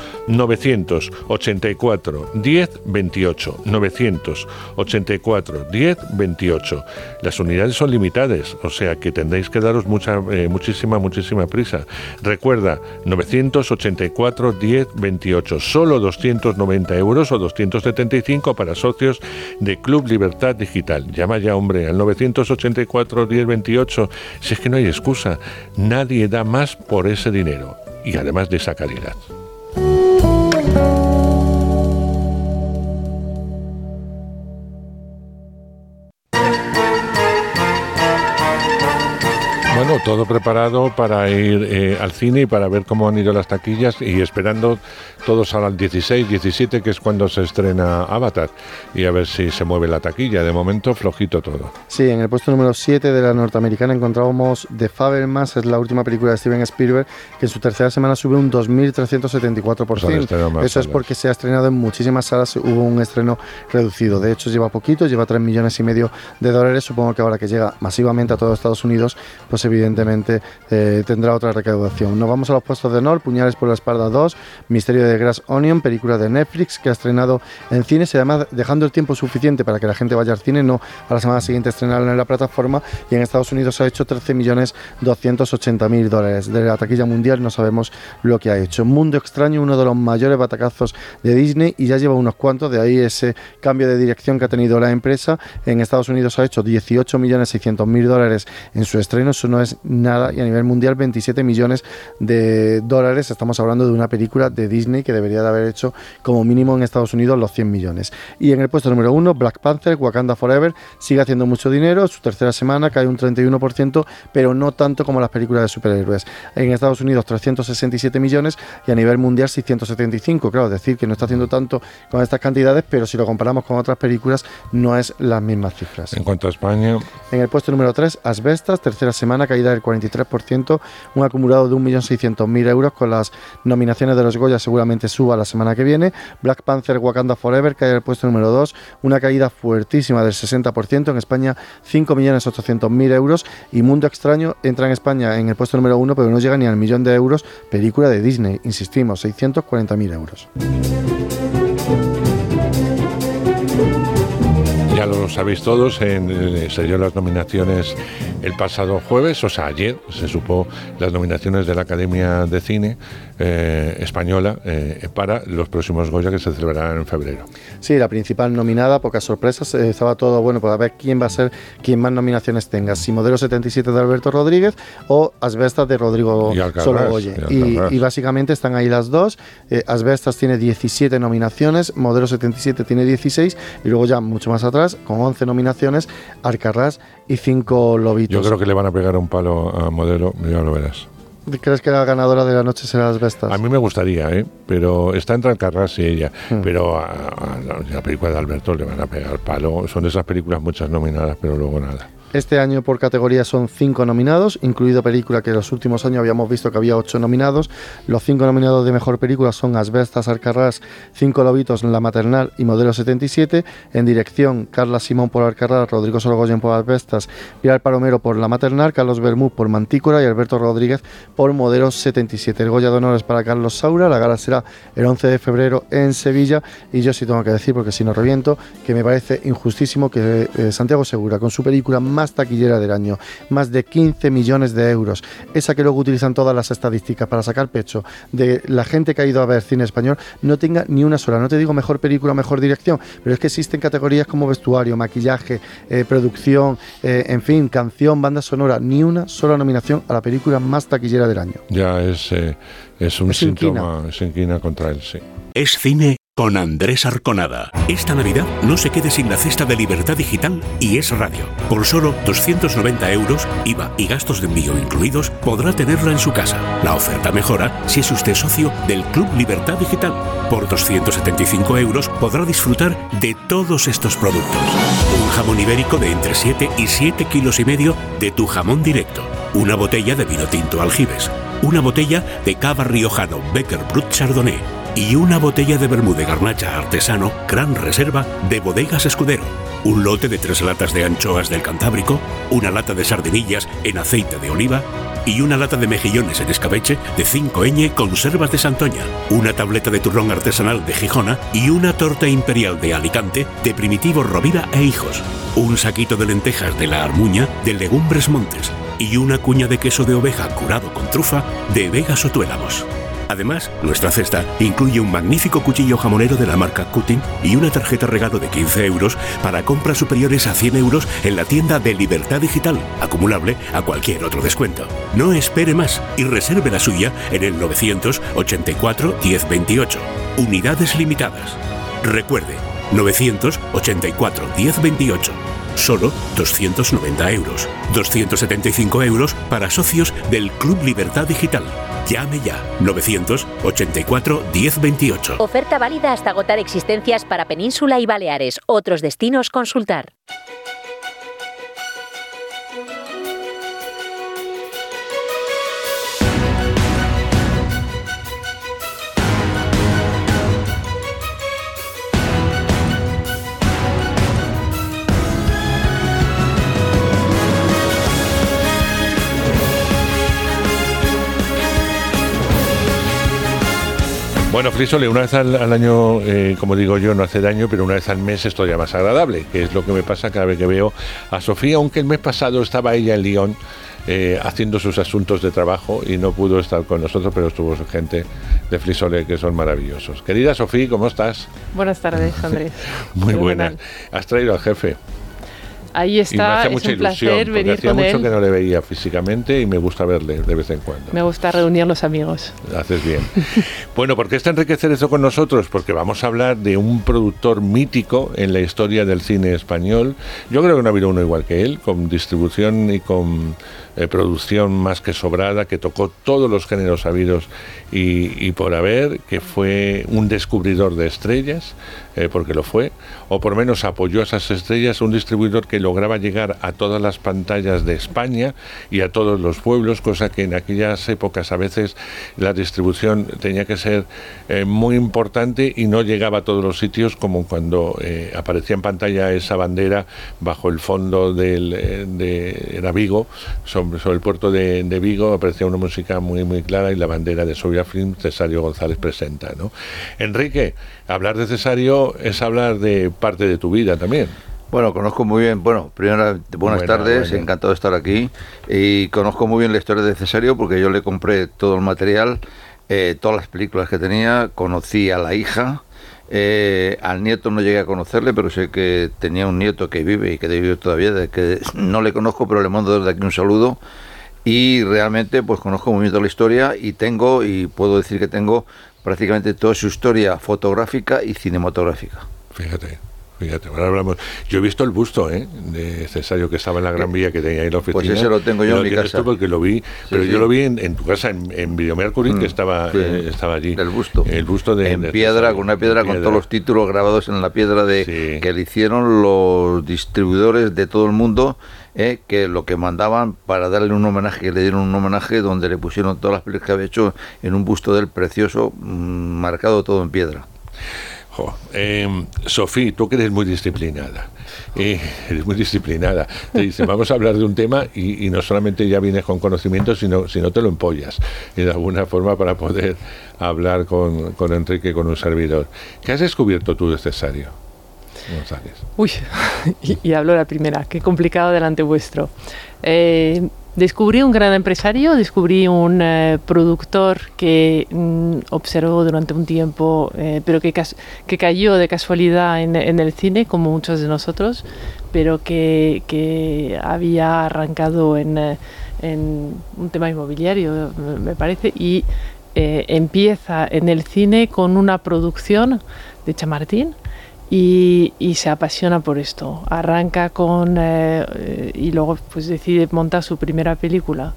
984 10 28, 984 10 28. Las unidades son limitadas, o sea que tendréis que daros muchísima prisa. Recuerda, 984 10 28, solo 290 euros o 275 para socios de Club Libertad Digital. Llama ya, hombre, al 984 10 28, si es que no hay excusa. Nadie da más por ese dinero y además de esa calidad. Bueno, todo preparado para ir al cine y para ver cómo han ido las taquillas, y esperando todos al 16, 17, que es cuando se estrena Avatar, y a ver si se mueve la taquilla. De momento, flojito todo. Sí, en el puesto número 7 de la norteamericana encontrábamos The Fabelmans, es la última película de Steven Spielberg, que en su tercera semana sube un 2.374%. Eso es porque se ha estrenado en muchísimas salas, hubo un estreno reducido. De hecho, lleva poquito, lleva $3,5 millones de dólares. Supongo que ahora que llega masivamente a todo Estados Unidos, pues evidentemente tendrá otra recaudación. Nos vamos a los puestos de honor. Puñales por la espalda 2, Misterio de Glass Onion, película de Netflix que ha estrenado en cines y además dejando el tiempo suficiente para que la gente vaya al cine, no a la semana siguiente estrenarla en la plataforma, y en Estados Unidos ha hecho $13.280.000. De la taquilla mundial no sabemos lo que ha hecho. Mundo Extraño, uno de los mayores batacazos de Disney, y ya lleva unos cuantos, de ahí ese cambio de dirección que ha tenido la empresa. En Estados Unidos ha hecho $18.600.000 en su estreno, eso no es nada, y a nivel mundial $27 millones. Estamos hablando de una película de Disney que debería de haber hecho como mínimo en Estados Unidos los 100 millones. Y en el puesto número 1, Black Panther, Wakanda Forever, sigue haciendo mucho dinero, su tercera semana cae un 31%, pero no tanto como las películas de superhéroes. En Estados Unidos 367 millones y a nivel mundial 675, claro, es decir, que no está haciendo tanto con estas cantidades, pero si lo comparamos con otras películas no es las mismas cifras. En cuanto a España, en el puesto número 3, Asbestas, tercera semana, caída del 43%, un acumulado de 1.600.000 euros. Con las nominaciones de los Goya seguramente suba la semana que viene. Black Panther, Wakanda Forever cae el puesto número 2, una caída fuertísima del 60%, en España 5.800.000 euros, y Mundo Extraño entra en España en el puesto número 1, pero no llega ni al $1.000.000 de euros, película de Disney, insistimos, 640.000 euros. Ya lo sabéis todos, se dieron las nominaciones el pasado jueves, o sea, ayer se supo las nominaciones de la Academia de Cine Española para los próximos Goya que se celebrarán en febrero. Sí, la principal nominada, pocas sorpresas, estaba todo bueno para ver quién va a ser quien más nominaciones tenga, si Modelo 77 de Alberto Rodríguez o Asbestas de Rodrigo Sorogoye. Y básicamente están ahí las dos. Asbestas tiene 17 nominaciones, Modelo 77 tiene 16, y luego ya mucho más atrás, con 11 nominaciones, Alcarrás y 5 Lobitos. Yo creo que le van a pegar un palo a Modelo, ya lo verás. ¿Crees que la ganadora de la noche será Asbestas? A mí me gustaría, pero está entre Alcarrás y ella. Pero a la película de Alberto le van a pegar palo. Son esas películas muchas nominadas, pero luego nada. Este año por categoría son 5 nominados, incluido película que en los últimos años habíamos visto que había 8 nominados. Los 5 nominados de mejor película son Asbestas, Alcarrás, 5 lobitos, La maternal y Modelo 77. En dirección, Carla Simón por Alcarrás, Rodrigo Sorogoyen por Asbestas, Pilar Palomero por La maternal, Carlos Bermúdez por Mantícora y Alberto Rodríguez por Modelo 77. El Goya de Honor es para Carlos Saura. La gala será el 11 de febrero en Sevilla. Y yo sí tengo que decir, porque si no reviento, que me parece injustísimo que Santiago Segura, con su película más taquillera del año, más de 15 millones de euros, esa que luego utilizan todas las estadísticas para sacar pecho de la gente que ha ido a ver cine español, no tenga ni una sola, no te digo mejor película, mejor dirección, pero es que existen categorías como vestuario, maquillaje, producción, en fin, canción, banda sonora, ni una sola nominación a la película más taquillera del año. Ya es un síntoma, se inquina contra él, sí. Es cine con Andrés Arconada. Esta Navidad no se quede sin la cesta de Libertad Digital y Es Radio. Por solo 290 euros, IVA y gastos de envío incluidos, podrá tenerla en su casa. La oferta mejora si es usted socio del Club Libertad Digital. Por 275 euros podrá disfrutar de todos estos productos. Un jamón ibérico de entre 7 y 7,5 kilos de tu jamón directo. Una botella de vino tinto Aljibes. Una botella de cava riojano Becker Brut Chardonnay. Y una botella de vermú de garnacha artesano Gran Reserva de Bodegas Escudero, un lote de 3 latas de anchoas del Cantábrico, una lata de sardinillas en aceite de oliva y una lata de mejillones en escabeche de 5Ñ Conservas de Santoña, una tableta de turrón artesanal de Gijona y una torta imperial de Alicante de Primitivo Rovira e Hijos, un saquito de lentejas de La Armuña de Legumbres Montes y una cuña de queso de oveja curado con trufa de Vegas Otuélamos. Además, nuestra cesta incluye un magnífico cuchillo jamonero de la marca Cutting y una tarjeta regalo de 15 euros para compras superiores a 100 euros en la tienda de Libertad Digital, acumulable a cualquier otro descuento. No espere más y reserve la suya en el 984 1028. Unidades limitadas. Recuerde, 984 1028. Solo 290 euros. 275 euros para socios del Club Libertad Digital. Llame ya. 984 1028. Oferta válida hasta agotar existencias para Península y Baleares. Otros destinos consultar. Bueno, Frisole, una vez al año, como digo yo, no hace daño, pero una vez al mes es todavía más agradable, que es lo que me pasa cada vez que veo a Sofía, aunque el mes pasado estaba ella en Lyon haciendo sus asuntos de trabajo y no pudo estar con nosotros, pero estuvo su gente de Frisole, que son maravillosos. Querida Sofía, ¿cómo estás? Buenas tardes, Andrés. Muy buena. ¿Has traído al jefe? Ahí está, y me hace mucha ilusión, porque venir hacía con mucho él. que no le veía físicamente y me gusta verle de vez en cuando. Me gusta reunir los amigos. Haces bien. Bueno, ¿por qué está enriquecer esto con nosotros? Porque vamos a hablar de un productor mítico en la historia del cine español. Yo creo que no ha habido uno igual que él, con distribución y con producción más que sobrada, que tocó todos los géneros habidos y por haber, que fue un descubridor de estrellas, porque lo fue, o por lo menos apoyó a esas estrellas, un distribuidor que lograba llegar a todas las pantallas de España y a todos los pueblos, cosa que en aquellas épocas a veces la distribución tenía que ser muy importante y no llegaba a todos los sitios, como cuando aparecía en pantalla esa bandera bajo el fondo era Vigo, sobre el puerto de Vigo, aparecía una música muy muy clara y la bandera de Sobria Film, Cesario González presenta, ¿no? Enrique, hablar de Cesario es hablar de parte de tu vida también. Bueno, conozco muy bien, primero buenas tardes, encantado de estar aquí, y conozco muy bien la historia de Cesario porque yo le compré todo el material, todas las películas que tenía, conocí a la hija, al nieto no llegué a conocerle, pero sé que tenía un nieto que vive y que vive todavía, de que no le conozco, pero le mando desde aquí un saludo, y realmente pues conozco muy bien toda la historia y puedo decir que tengo prácticamente toda su historia fotográfica y cinematográfica. Fíjate, ahora hablamos. Yo he visto el busto de Cesario que estaba en la Gran Vía, que tenía ahí la oficina. Pues ese lo tengo yo en mi casa. Porque lo vi, pero yo lo vi en tu casa, en Video Mercury, que estaba allí. El busto. El busto de piedra, Cesario, con una piedra con todos los títulos grabados en la piedra que le hicieron los distribuidores de todo el mundo. que lo que mandaban para darle un homenaje, que le dieron un homenaje donde le pusieron todas las películas que había hecho en un busto del precioso, marcado todo en piedra. Sofía, tú que eres muy disciplinada, te dice, vamos a hablar de un tema y no solamente ya vienes con conocimiento, sino te lo empollas de alguna forma para poder hablar con Enrique, con un servidor. ¿Qué has descubierto tú de Cesario González? Uy, y hablo la primera, qué complicado delante vuestro. Descubrí un gran empresario, descubrí un productor que observó durante un tiempo, pero que cayó de casualidad en el cine, como muchos de nosotros, pero que había arrancado en un tema inmobiliario, me parece, y empieza en el cine con una producción de Chamartín. Y se apasiona por esto. Arranca y luego pues decide montar su primera película.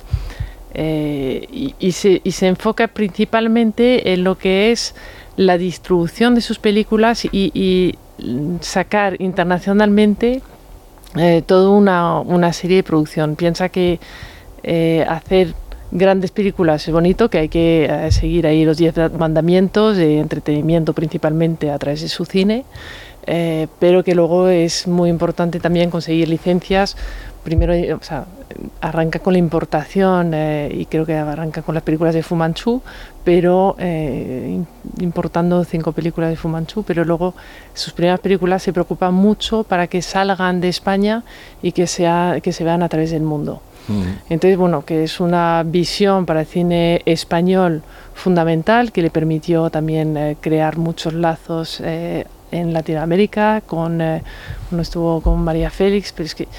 Y se enfoca principalmente en lo que es la distribución de sus películas y sacar internacionalmente toda una serie de producción. Piensa que hacer grandes películas es bonito, que hay que seguir ahí los 10 mandamientos de entretenimiento principalmente a través de su cine, pero que luego es muy importante también conseguir licencias. Primero, arranca con la importación y creo que arranca con las películas de Fu Manchu, pero importando 5 películas de Fu Manchu, pero luego sus primeras películas se preocupan mucho para que salgan de España y que se vean a través del mundo. Entonces, bueno, que es una visión para el cine español fundamental, que le permitió también crear muchos lazos en Latinoamérica, estuvo con María Félix, pero es que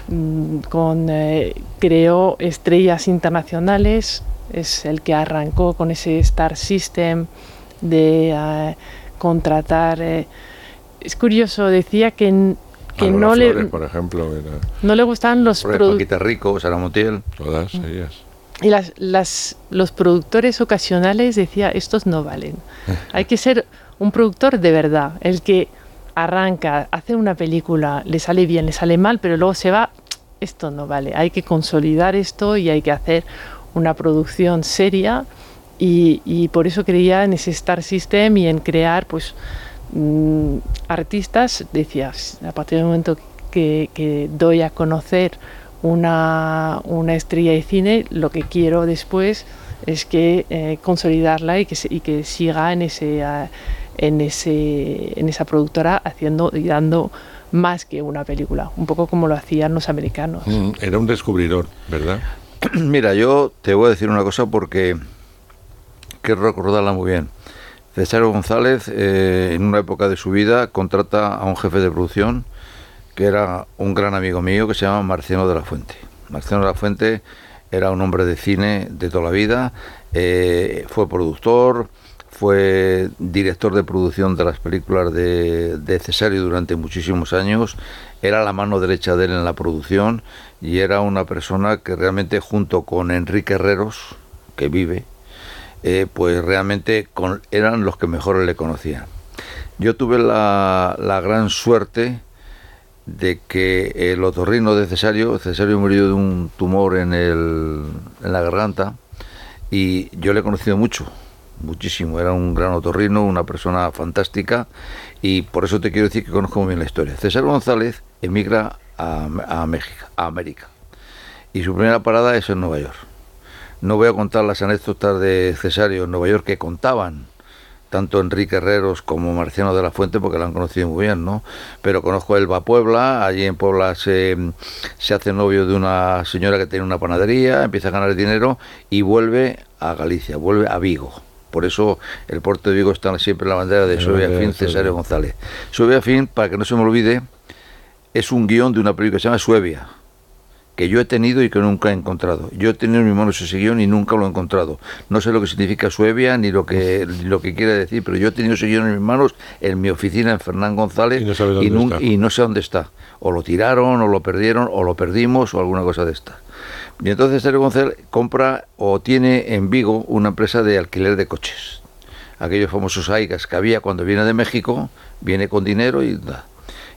creó estrellas internacionales, es el que arrancó con ese Star System de contratar. Es curioso, decía que no Flores, por ejemplo, no le gustaban los productores. Paquita Rico, Sara Montiel. Todas ellas. Y los productores ocasionales, decía, estos no valen. Hay que ser un productor de verdad, el que arranca, hace una película, le sale bien, le sale mal, pero luego se va, esto no vale. Hay que consolidar esto y hay que hacer una producción seria y por eso creía en ese Star System y en crear, pues, artistas. Decías, a partir del momento que doy a conocer una estrella de cine, lo que quiero después es que consolidarla y que siga en esa productora haciendo y dando más que una película, un poco como lo hacían los americanos. Era un descubridor, ¿verdad? Mira, yo te voy a decir una cosa porque quiero recordarla muy bien. Cesario González, en una época de su vida, contrata a un jefe de producción que era un gran amigo mío, que se llama Marciano de la Fuente. Marciano de la Fuente era un hombre de cine de toda la vida, fue productor, fue director de producción de las películas de Cesario durante muchísimos años, era la mano derecha de él en la producción y era una persona que realmente, junto con Enrique Herreros, que vive, pues realmente eran los que mejor le conocían. Yo tuve la gran suerte de que el otorrino de Cesario murió de un tumor en la garganta y yo le he conocido muchísimo, era un gran otorrino, una persona fantástica y por eso te quiero decir que conozco muy bien la historia. Cesario González emigra a México, a América, y su primera parada es en Nueva York. No voy a contar las anécdotas de Cesario en Nueva York que contaban tanto Enrique Herreros como Marciano de la Fuente, porque lo han conocido muy bien, ¿no? Pero conozco, él va a Puebla, allí en Puebla se hace novio de una señora que tiene una panadería, empieza a ganar dinero y vuelve a Galicia, vuelve a Vigo. Por eso el puerto de Vigo está siempre en la bandera de Soy Afín, Cesario González. Soy Afín, para que no se me olvide, es un guión de una película que se llama Suevia, que yo he tenido y que nunca he encontrado. Yo he tenido en mis manos ese guión y nunca lo he encontrado. No sé lo que significa Suevia ni lo que quiere decir, pero yo he tenido ese guión en mis manos en mi oficina en Fernán González y no sé dónde está. O lo tiraron, o lo perdieron, o lo perdimos, o alguna cosa de esta. Y entonces Cesario González compra o tiene en Vigo una empresa de alquiler de coches. Aquellos famosos AIGAs que había cuando viene de México, viene con dinero y da.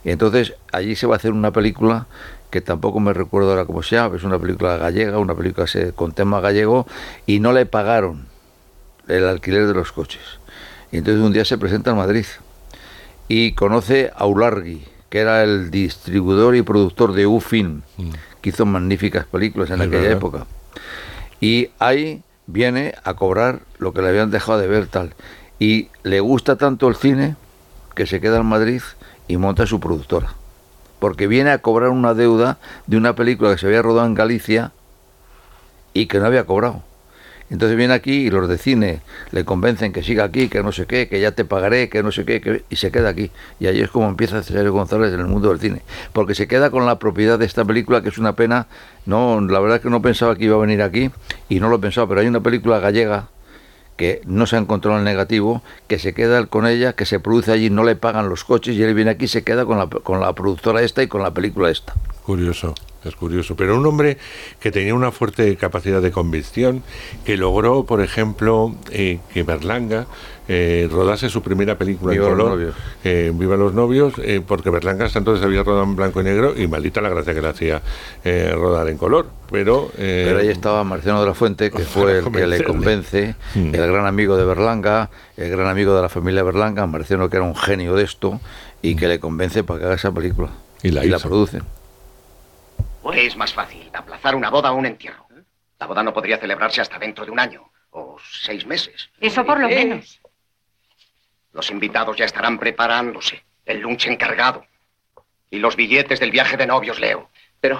Y entonces allí se va a hacer una película que tampoco me recuerdo ahora cómo se llama, es una película gallega, una película con tema gallego, y no le pagaron el alquiler de los coches. Y entonces un día se presenta en Madrid y conoce a Ulargui, que era el distribuidor y productor de U-Film, que hizo magníficas películas en aquella época. Y ahí viene a cobrar lo que le habían dejado de ver tal. Y le gusta tanto el cine que se queda en Madrid y monta su productora. Porque viene a cobrar una deuda de una película que se había rodado en Galicia y que no había cobrado. Entonces viene aquí y los de cine le convencen que siga aquí, que no sé qué, que ya te pagaré, que no sé qué, y se queda aquí. Y ahí es como empieza César González en el mundo del cine. Porque se queda con la propiedad de esta película, que es una pena. No, la verdad es que no pensaba que iba a venir aquí, y no lo pensaba, pero hay una película gallega que no se ha encontrado en el negativo, que se queda él con ella, que se produce allí, no le pagan los coches, y él viene aquí y se queda con la productora esta y con la película esta. Curioso. Es curioso, pero un hombre que tenía una fuerte capacidad de convicción, que logró, por ejemplo, que Berlanga rodase su primera película en color, Viva los novios, porque Berlanga hasta entonces había rodado en blanco y negro, y maldita la gracia que le hacía rodar en color, pero ahí estaba Marciano de la Fuente, que fue el que le convence, el gran amigo de Berlanga, el gran amigo de la familia Berlanga, Marciano, que era un genio de esto, y que le convence para que haga esa película, y la producen. ¿Qué es más fácil, aplazar una boda o un entierro? La boda no podría celebrarse hasta dentro de un año o 6 meses. Eso por lo menos. Los invitados ya estarán preparándose, el lunch encargado y los billetes del viaje de novios, Leo. Pero,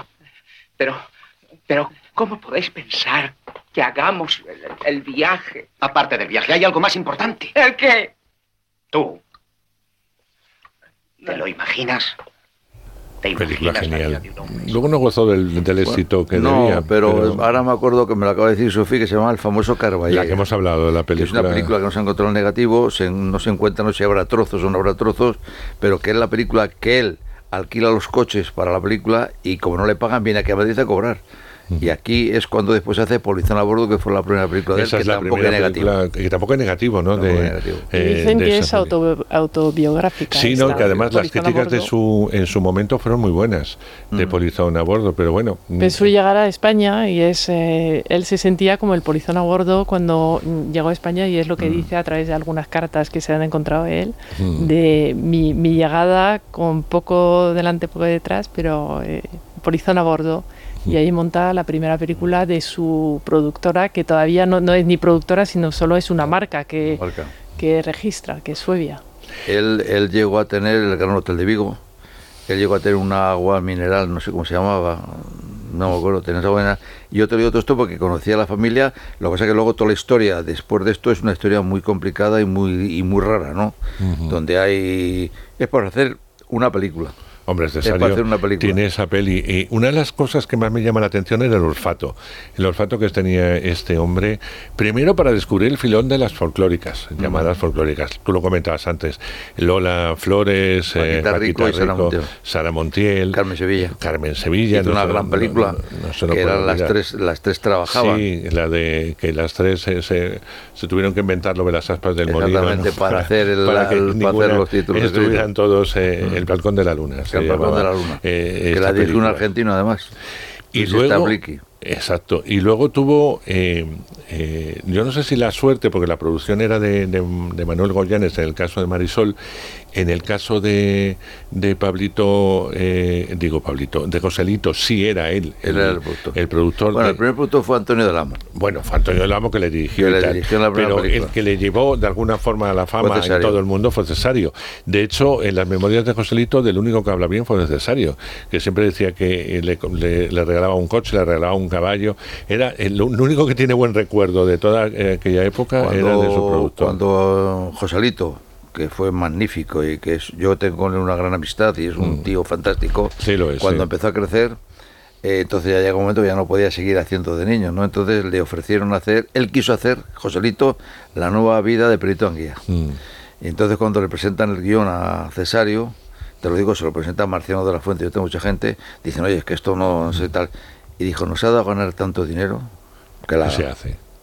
¿cómo podéis pensar que hagamos el viaje? Aparte del viaje, hay algo más importante. ¿El qué? Tú. ¿Te lo imaginas? Película genial. Luego no gozó del éxito que debía. Pero ahora me acuerdo que me lo acaba de decir Sofía, que se llama El famoso Carballo. La que hemos hablado de la película. Es una película que no se ha encontrado en negativo, no se encuentra, no sé si habrá trozos o no habrá trozos, pero que es la película que él alquila los coches para la película y como no le pagan viene aquí a Madrid a cobrar. Y aquí es cuando después se hace Polizón a bordo, que fue la primera película de él, que tampoco es negativo. Que tampoco es negativo, ¿no? Dicen que es autobiográfica. Sí, no, que además las críticas en su momento fueron muy buenas de Polizón a bordo, pero bueno. Pensó llegar a España y él se sentía como el polizón a bordo cuando llegó a España, y es lo que dice a través de algunas cartas que se han encontrado él, de mi llegada con poco delante, poco detrás, pero polizón a bordo. Y ahí monta la primera película de su productora, que todavía no es ni productora, sino solo es una marca que registra, que es Suevia. Él llegó a tener el Gran Hotel de Vigo, él llegó a tener una agua mineral, no sé cómo se llamaba, no me acuerdo, tenía esa buena. Y yo te digo todo esto porque conocía a la familia, lo que pasa es que luego toda la historia después de esto es una historia muy complicada y muy rara, ¿no? Donde es para hacer una película. Hombre, es necesario. Tiene esa peli. Y una de las cosas que más me llama la atención era el olfato. El olfato que tenía este hombre, primero para descubrir el filón de las folclóricas, llamadas folclóricas. Tú lo comentabas antes. Lola Flores, Paquita Rico y Sara Montiel, Carmen Sevilla. Hizo una gran película que eran las tres trabajaban. Sí, la de que las tres se tuvieron que inventar lo de las aspas del molino. Exactamente, ¿no? para hacer los títulos. Estuvieran todos el balcón de la luna. El balcón de la luna, que la dirigió un argentino además. Y luego, exacto, y luego tuvo, yo no sé si la suerte, porque la producción era de Manuel Goyanes en el caso de Marisol, en el caso de Pablito, de Joselito, sí era él. El productor. Bueno, el primer productor fue Antonio del Amo. Bueno, fue Antonio del Amo que le dirigió. Pero el que le llevó de alguna forma a la fama en todo el mundo fue Cesario. De hecho, en las memorias de Joselito, del único que habla bien fue de Cesario, que siempre decía que le regalaba un coche, le regalaba un caballo. Era lo único que tiene buen recuerdo de toda aquella época era de su productor. Cuando Joselito, que fue magnífico y que yo tengo con él una gran amistad y es un tío fantástico, sí, lo es, cuando empezó a crecer, entonces ya llegó un momento que ya no podía seguir haciendo de niño, ¿no? Entonces le ofrecieron él quiso hacer, Joselito, la nueva vida de Perito Anguía. Y entonces cuando le presentan el guión a Cesario, te lo digo, se lo presenta a Marciano de la Fuente, yo tengo mucha gente, dicen, oye, es que esto no sé tal, y dijo, ¿no se ha dado a ganar tanto dinero? Que se hace.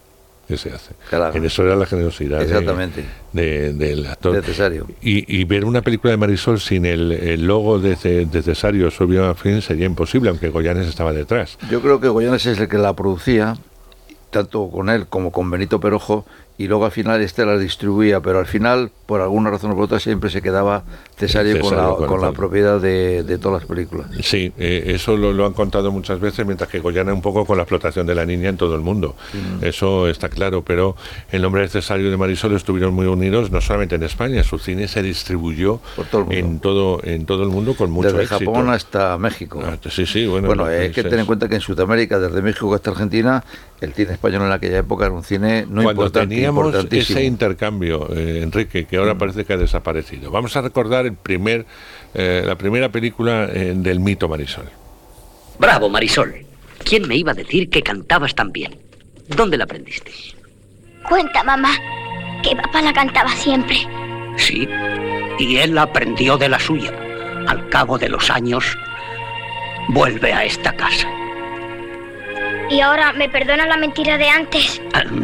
que se hace. Claro. En eso era la generosidad del actor. De Cesario. Y ver una película de Marisol sin el logo de Cesario Sobio Film sería imposible, aunque Goyanes estaba detrás. Yo creo que Goyanes es el que la producía, tanto con él como con Benito Perojo, y luego al final la distribuía, pero al final, por alguna razón o por otra, siempre se quedaba Cesario con la propiedad de todas las películas. Sí, eso lo han contado muchas veces, mientras que Goyanes un poco con la explotación de la niña en todo el mundo. Eso está claro, pero el nombre de Cesario y de Marisol estuvieron muy unidos, no solamente en España, su cine se distribuyó por todo en todo el mundo con mucho desde éxito. Japón hasta México. Sí, bueno, hay que tener en cuenta que en Sudamérica, desde México hasta Argentina, el cine español en aquella época era un cine no importante. Teníamos ese intercambio, Enrique, que ahora parece que ha desaparecido. Vamos a recordar la primera película del mito Marisol. Bravo, Marisol. ¿Quién me iba a decir que cantabas tan bien? ¿Dónde la aprendiste? Cuenta, mamá, que papá la cantaba siempre. Sí, y él aprendió de la suya. Al cabo de los años, vuelve a esta casa. ¿Y ahora me perdona la mentira de antes?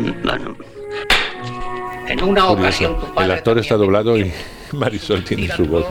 En una ocasión... El actor está doblado y Marisol tiene su voz.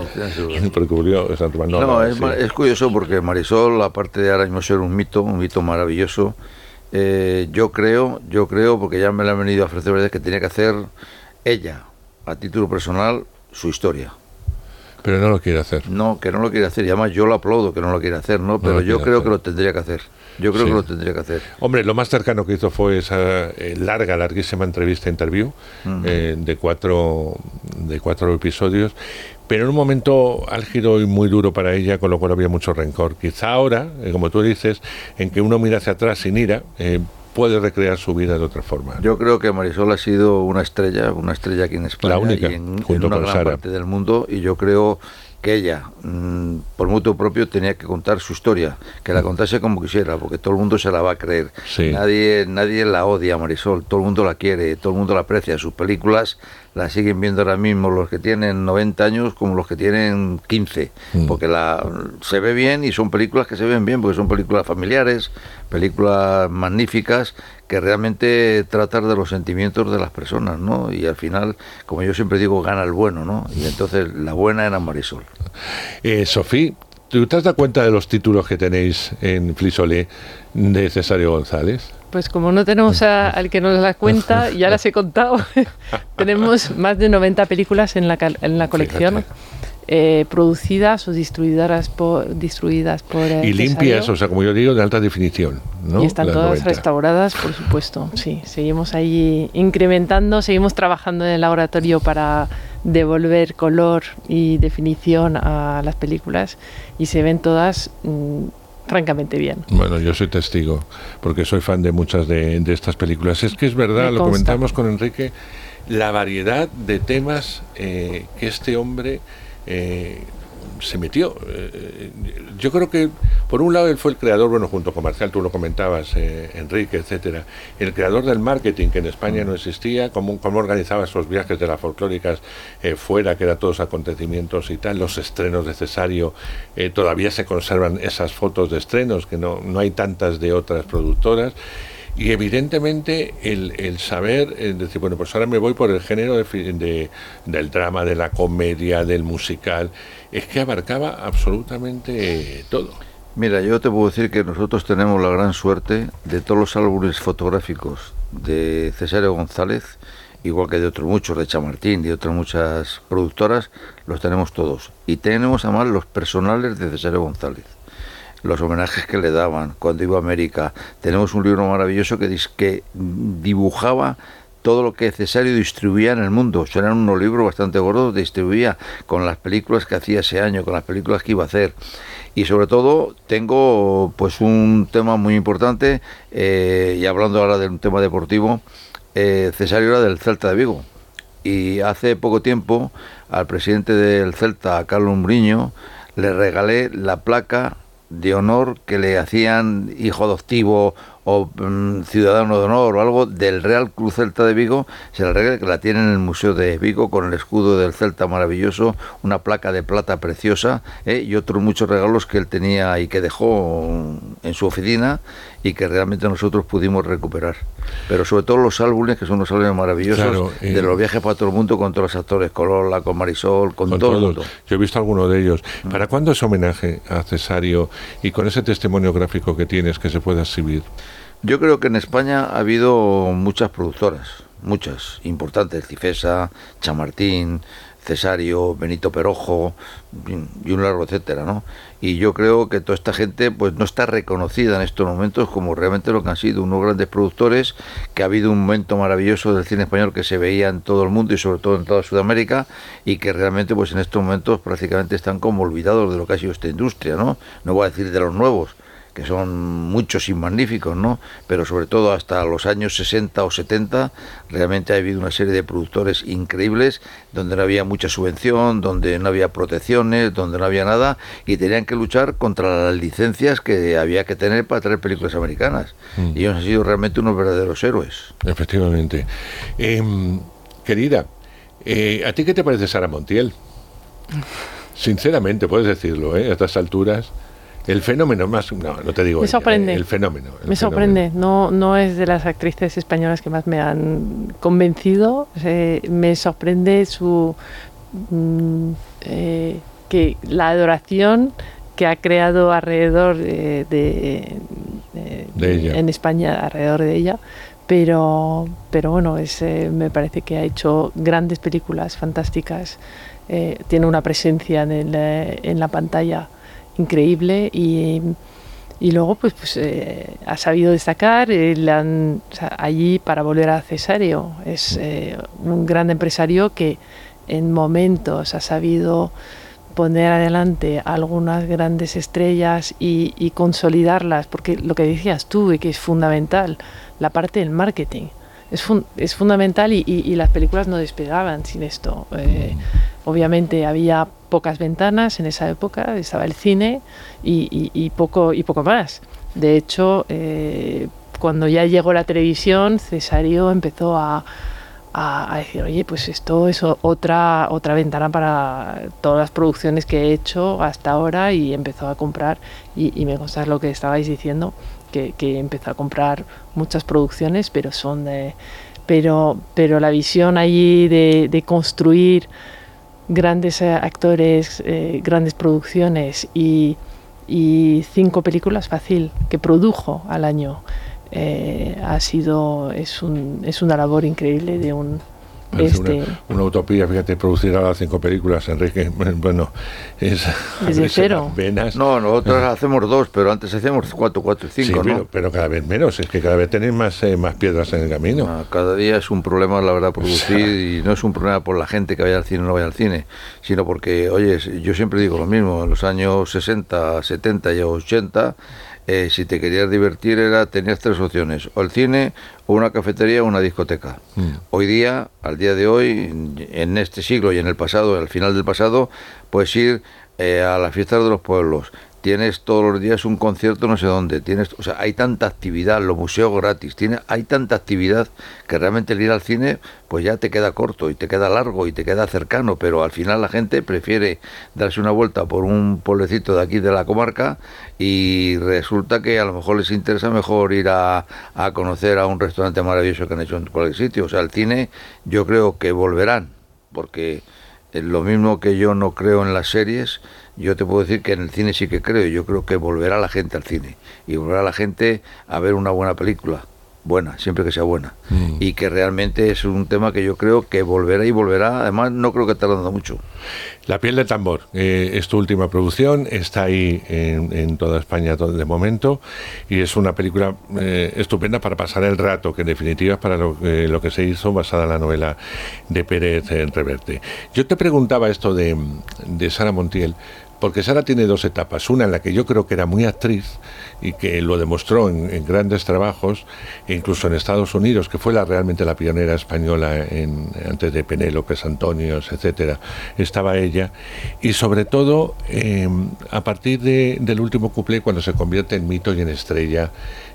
Es curioso porque Marisol, aparte de ahora mismo ser un mito maravilloso, yo creo, porque ya me la han venido a ofrecer veces, que tenía que hacer ella, a título personal, su historia. Pero no lo quiere hacer. No, que no lo quiere hacer. Y además yo lo aplaudo que no lo quiere hacer, ¿no? Pero yo creo que lo tendría que hacer. Yo creo que lo tendría que hacer. Hombre, lo más cercano que hizo fue esa larguísima interview de cuatro episodios, pero en un momento álgido y muy duro para ella, con lo cual había mucho rencor. Quizá ahora, como tú dices, en que uno mira hacia atrás sin ira, puede recrear su vida de otra forma. Yo creo que Marisol ha sido una estrella aquí en España, la única, y en junto una con gran Sara. parte del mundo, y yo creo que ella, por mutuo propio, tenía que contar su historia, que la contase como quisiera, porque todo el mundo se la va a creer. Sí. Nadie la odia, Marisol, todo el mundo la quiere, todo el mundo la aprecia. Sus películas las siguen viendo ahora mismo los que tienen 90 años como los que tienen 15, porque se ve bien, y son películas que se ven bien, porque son películas familiares, películas magníficas, que realmente tratan de los sentimientos de las personas, ¿no? Y al final, como yo siempre digo, gana el bueno, ¿no? Y entonces la buena era Marisol. Sofía, ¿tú te has dado cuenta de los títulos que tenéis en Flisolé de Cesario González? Pues como no tenemos al que nos las cuenta, ya las he contado, tenemos más de 90 películas en la colección. Producidas o distribuidas por y limpias, o sea, como yo digo, de alta definición, ¿no? Y están las todas 90. restauradas, por supuesto. Sí, seguimos ahí incrementando, seguimos trabajando en el laboratorio para devolver color y definición a las películas, y se ven todas francamente bien. Bueno, yo soy testigo, porque soy fan de muchas de estas películas. Es que es verdad, lo comentamos con Enrique, la variedad de temas que este hombre se metió. Yo creo que por un lado él fue el creador, bueno, junto con Marcial, tú lo comentabas, Enrique, etcétera, el creador del marketing, que en España no existía, cómo organizaba esos viajes de las folclóricas fuera, que eran todos acontecimientos y tal, los estrenos de Cesario, todavía se conservan esas fotos de estrenos, que no hay tantas de otras productoras. Y evidentemente el saber, decir, bueno, pues ahora me voy por el género del drama, de la comedia, del musical, es que abarcaba absolutamente todo. Mira, yo te puedo decir que nosotros tenemos la gran suerte de todos los álbumes fotográficos de Cesario González, igual que de otros muchos, de Chamartín y de otras muchas productoras, los tenemos todos. Y tenemos además los personales de Cesario González, los homenajes que le daban cuando iba a América. Tenemos un libro maravilloso que dibujaba todo lo que Cesario distribuía en el mundo. Eran unos libros bastante gordos, distribuía con las películas que hacía ese año, con las películas que iba a hacer. Y sobre todo tengo pues un tema muy importante, y hablando ahora de un tema deportivo, Cesario era del Celta de Vigo, y hace poco tiempo al presidente del Celta, a Carlos Umbriño, le regalé la placa de honor que le hacían hijo adoptivo o ciudadano de honor o algo del Real Club Celta de Vigo. Se la regalé, que la tiene en el Museo de Vigo, con el escudo del Celta maravilloso, una placa de plata preciosa, y otros muchos regalos que él tenía y que dejó en su oficina, y que realmente nosotros pudimos recuperar. Pero sobre todo los álbumes, que son los álbumes maravillosos, claro, de los viajes para todo el mundo, con todos los actores, con Lola, con Marisol, con todo el mundo. Yo he visto alguno de ellos. ¿Para cuándo es homenaje a Cesario y con ese testimonio gráfico que tienes que se pueda exhibir? Yo creo que en España ha habido muchas productoras, muchas, importantes, Cifesa, Chamartín, Cesario, Benito Perojo y un largo etcétera, ¿no? Y yo creo que toda esta gente pues no está reconocida en estos momentos como realmente lo que han sido unos grandes productores, que ha habido un momento maravilloso del cine español que se veía en todo el mundo y sobre todo en toda Sudamérica, y que realmente pues en estos momentos prácticamente están como olvidados de lo que ha sido esta industria, ¿no? No voy a decir de los nuevos, que son muchos y magníficos, ¿no? Pero sobre todo hasta los años 60 o 70 realmente ha habido una serie de productores increíbles donde no había mucha subvención, donde no había protecciones, donde no había nada, y tenían que luchar contra las licencias que había que tener para traer películas americanas. Y ellos han sido realmente unos verdaderos héroes. Efectivamente. Querida, ¿a ti qué te parece Sara Montiel? Sinceramente, puedes decirlo, a estas alturas. El fenómeno más... No te digo... Me sorprende. El fenómeno. Me sorprende. No es de las actrices españolas que más me han convencido. Me sorprende su... que la adoración que ha creado alrededor de ella. En España, alrededor de ella. Pero bueno, me parece que ha hecho grandes películas fantásticas. Tiene una presencia en la pantalla increíble, y luego pues ha sabido destacar. Allí, para volver a Cesario, es un gran empresario que en momentos ha sabido poner adelante algunas grandes estrellas y consolidarlas, porque lo que decías tú, que es fundamental, la parte del marketing es fundamental, y las películas no despegaban sin esto. Obviamente había pocas ventanas en esa época, estaba el cine y poco más. De hecho, cuando ya llegó la televisión, Cesario empezó a decir, oye, pues esto es otra ventana para todas las producciones que he hecho hasta ahora, y empezó a comprar, y me consta lo que estabais diciendo, que empezó a comprar muchas producciones, pero pero la visión allí de construir grandes actores, grandes producciones y 5 películas fácil que produjo al año, es una labor increíble de una utopía. Fíjate, producir ahora 5 películas, Enrique. Bueno, es desde cero. No, nosotros hacemos 2, pero antes hacíamos 4 y 5, sí, ¿no? Pero cada vez menos, es que cada vez tenéis más piedras en el camino. Cada día es un problema, la verdad, producir, y no es un problema por la gente que vaya al cine o no vaya al cine, sino porque, oye, yo siempre digo lo mismo, en los años 60, 70 y 80, si te querías divertir tenías 3 opciones: o el cine, o una cafetería, o una discoteca. Hoy día, al día de hoy, en este siglo y en el pasado, al final del pasado, puedes ir a las fiestas de los pueblos. Tienes todos los días un concierto no sé dónde, hay tanta actividad, los museos gratis, hay tanta actividad que realmente el ir al cine pues ya te queda corto y te queda largo y te queda cercano, pero al final la gente prefiere darse una vuelta por un pueblecito de aquí de la comarca, y resulta que a lo mejor les interesa mejor ir a conocer a un restaurante maravilloso que han hecho en cualquier sitio. O sea, el cine yo creo que volverán, porque lo mismo que yo no creo en las series, yo te puedo decir que en el cine sí que creo. Yo creo que volverá la gente al cine, y volverá la gente a ver una buena película, buena, siempre que sea buena, y que realmente es un tema que yo creo que volverá y volverá. Además, no creo que tardando mucho. La piel de tambor es tu última producción, está ahí en toda España de momento, y es una película estupenda para pasar el rato, que en definitiva es para lo que se hizo, basada en la novela de Pérez Reverte. Yo te preguntaba esto de Sara Montiel, porque Sara tiene 2 etapas, una en la que yo creo que era muy actriz y que lo demostró en grandes trabajos, incluso en Estados Unidos, que fue realmente la pionera española antes de Penélope, Antonios, etcétera, estaba ella, y sobre todo a partir del último cuplé, cuando se convierte en mito y en estrella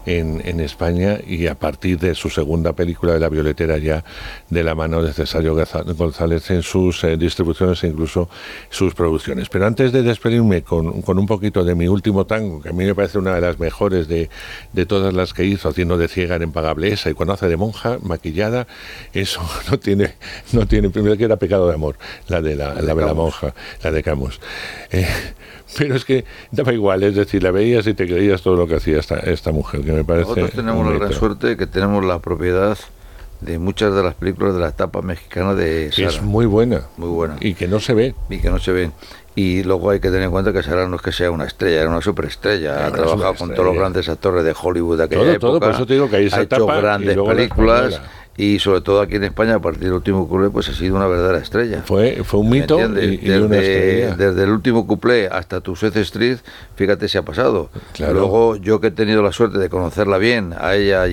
en España, y a partir de su segunda película de La Violetera, ya de la mano de Cesario González en sus distribuciones e incluso sus producciones. Pero antes de despedirme con un poquito de Mi último tango, que a mí me parece una de las mejores de todas las que hizo, haciendo de ciega era impagable esa, y cuando hace de monja maquillada, eso no tiene primero, que era Pecado de amor, la de la monja, la de Camus. Pero es que daba igual, es decir, la veías y te creías todo lo que hacía esta mujer, que me parece... Nosotros tenemos la gran suerte de que tenemos la propiedad de muchas de las películas de la etapa mexicana de Sara. Que es muy buena. Muy buena. Y que no se ve. Y luego hay que tener en cuenta que Sara no es que sea una estrella, era una superestrella. Ha trabajado con todos los grandes actores de Hollywood de aquella época. Por eso te digo que hay esa etapa, hecho grandes películas. Y sobre todo aquí en España, a partir del último cuplé, pues ha sido una verdadera estrella. Fue un mito y una estrella. Desde el último cuplé hasta Tu Seth Street, fíjate si ha pasado. Claro. Luego, yo que he tenido la suerte de conocerla bien, a ella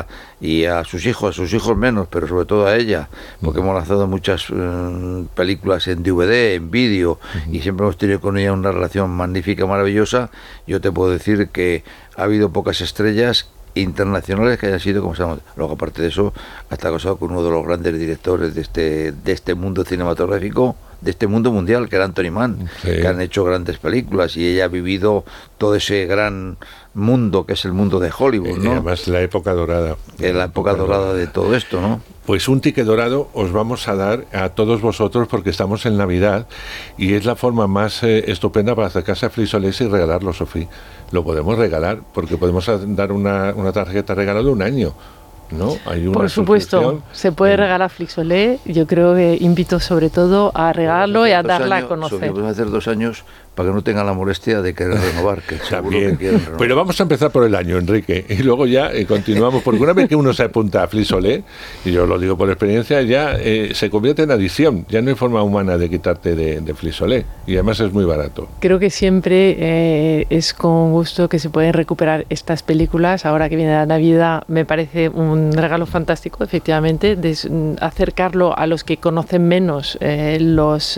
y a sus hijos menos, pero sobre todo a ella, porque hemos lanzado muchas películas en DVD, en vídeo, y siempre hemos tenido con ella una relación magnífica, maravillosa. Yo te puedo decir que ha habido pocas estrellas internacionales que hayan sido como se llama. Luego, aparte de eso, ha estado casado con uno de los grandes directores de este mundo cinematográfico, de este mundo mundial, que era Anthony Mann, que han hecho grandes películas, y ella ha vivido todo ese gran mundo que es el mundo de Hollywood, ¿no? Y además la época dorada. La época dorada de todo esto, ¿no? Pues un ticket dorado os vamos a dar a todos vosotros, porque estamos en Navidad y es la forma más estupenda para acercarse a Flixolés y regalarlo, Sofía. Lo podemos regalar, porque podemos dar una tarjeta regalo de un año, ¿no? Hay una Por supuesto, se puede regalar Flixolé. Yo creo que invito sobre todo a regalarlo y a darla a conocer. Podemos hacer 2 años para que no tengan la molestia de querer renovar, que seguro que quieren renovar. Pero vamos a empezar por el año, Enrique, y luego ya continuamos, porque una vez que uno se apunta a Flixolé, y yo lo digo por experiencia, ya se convierte en adicción, ya no hay forma humana de quitarte de Flixolé, y además es muy barato. Creo que siempre es con gusto que se pueden recuperar estas películas. Ahora que viene la Navidad, me parece un regalo fantástico, efectivamente, de acercarlo a los que conocen menos los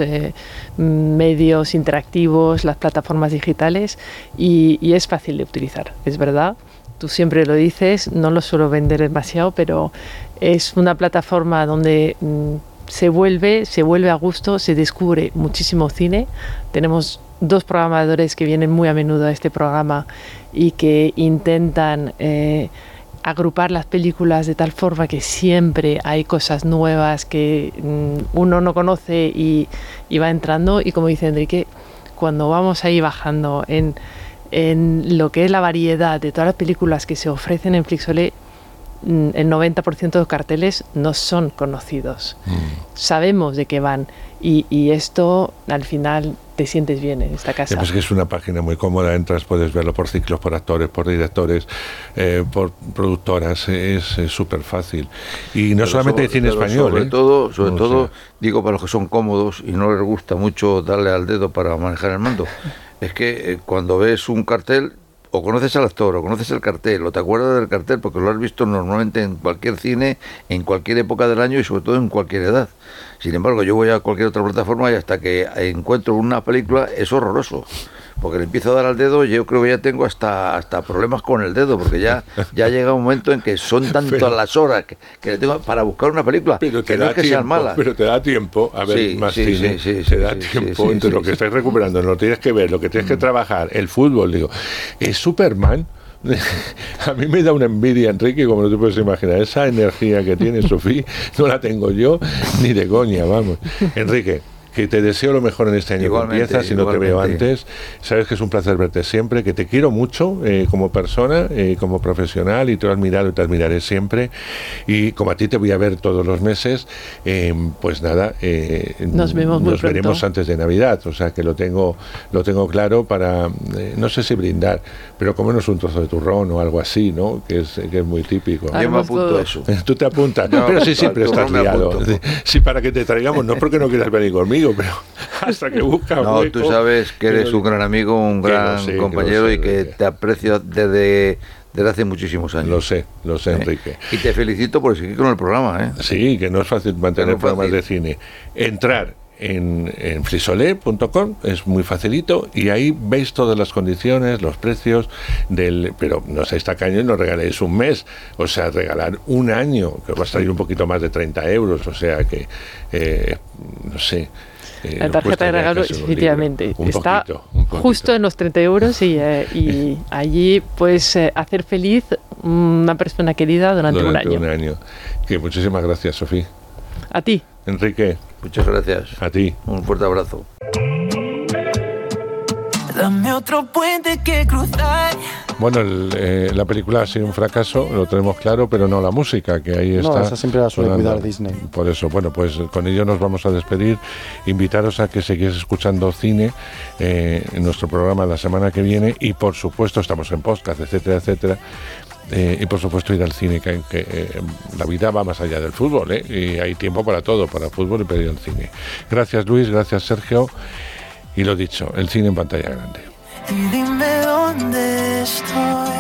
medios interactivos, las plataformas digitales, y es fácil de utilizar, es verdad. Tú siempre lo dices, no lo suelo vender demasiado, pero es una plataforma donde se vuelve a gusto, se descubre muchísimo cine. Tenemos 2 programadores que vienen muy a menudo a este programa y que intentan agrupar las películas de tal forma que siempre hay cosas nuevas que uno no conoce y va entrando. Y como dice Enrique, cuando vamos ahí bajando en lo que es la variedad de todas las películas que se ofrecen en Flixolé, el 90% de los carteles no son conocidos. Sabemos de qué van, y esto al final te sientes bien en esta casa. Pues que es una página muy cómoda, entras, puedes verlo por ciclos, por actores, por directores, por productoras, es súper fácil. Y no solamente hay cine español. Sobre todo, digo, para los que son cómodos y no les gusta mucho darle al dedo para manejar el mando, es que cuando ves un cartel, o conoces al actor, o conoces el cartel, o te acuerdas del cartel, porque lo has visto normalmente en cualquier cine, en cualquier época del año y sobre todo en cualquier edad. Sin embargo, yo voy a cualquier otra plataforma y hasta que encuentro una película es horroroso, porque le empiezo a dar al dedo, yo creo que ya tengo hasta problemas con el dedo, porque ya llega un momento en que son tantas las horas que le tengo para buscar una película, pero que no es que sean malas. Pero te da tiempo a ver más cine, te da tiempo entre lo que estás recuperando, lo tienes que ver, lo que tienes que trabajar, el fútbol, digo, es Superman. A mí me da una envidia, Enrique, como no te puedes imaginar. Esa energía que tiene Sofía no la tengo yo ni de coña, vamos. Enrique, que te deseo lo mejor en este año que empieza, si no te veo antes. Sabes que es un placer verte siempre, que te quiero mucho como persona, como profesional, y te he admirado y te admiraré siempre. Y como a ti te voy a ver todos los meses, pues nada, nos veremos antes de Navidad. O sea que lo tengo claro para, no sé si brindar, pero comernos un trozo de turrón o algo así, ¿no? Que es muy típico. Yo me apunto a eso. Tú te apuntas, no, pero sí, siempre estás liado. Sí, para que te traigamos, no porque no quieras venir conmigo, pero hasta que buscas. No, hueco, tú sabes que eres un gran amigo, un gran compañero, y que te aprecio desde hace muchísimos años. Lo sé, Enrique. Y te felicito por seguir con el programa, ¿eh? Sí, que no es fácil mantener programas de cine. Entrar en frisolé.com, es muy facilito, y ahí veis todas las condiciones, los precios pero no seáis tacaños y no regaléis un mes, o sea, regalar un año, que os va a salir un poquito más de 30 euros, o sea que, no sé. La tarjeta de regalo, efectivamente, está justo en los 30 euros y allí puedes hacer feliz una persona querida durante un año. Que muchísimas gracias, Sofía. A ti. Enrique. Muchas gracias. A ti. Un fuerte abrazo. Dame otro puente que cruzar. Bueno, la película ha sido un fracaso, lo tenemos claro, pero no la música, que ahí está. No, esa siempre la suele cuidar Disney. Por eso, bueno, pues con ello nos vamos a despedir. Invitaros a que sigáis escuchando cine en nuestro programa la semana que viene, y por supuesto estamos en podcast, etcétera, etcétera. Y por supuesto ir al cine, que la vida va más allá del fútbol, y hay tiempo para todo, para fútbol y para ir al cine. Gracias, Luis, gracias, Sergio, y lo dicho, el cine en pantalla grande. Y dime dónde estoy.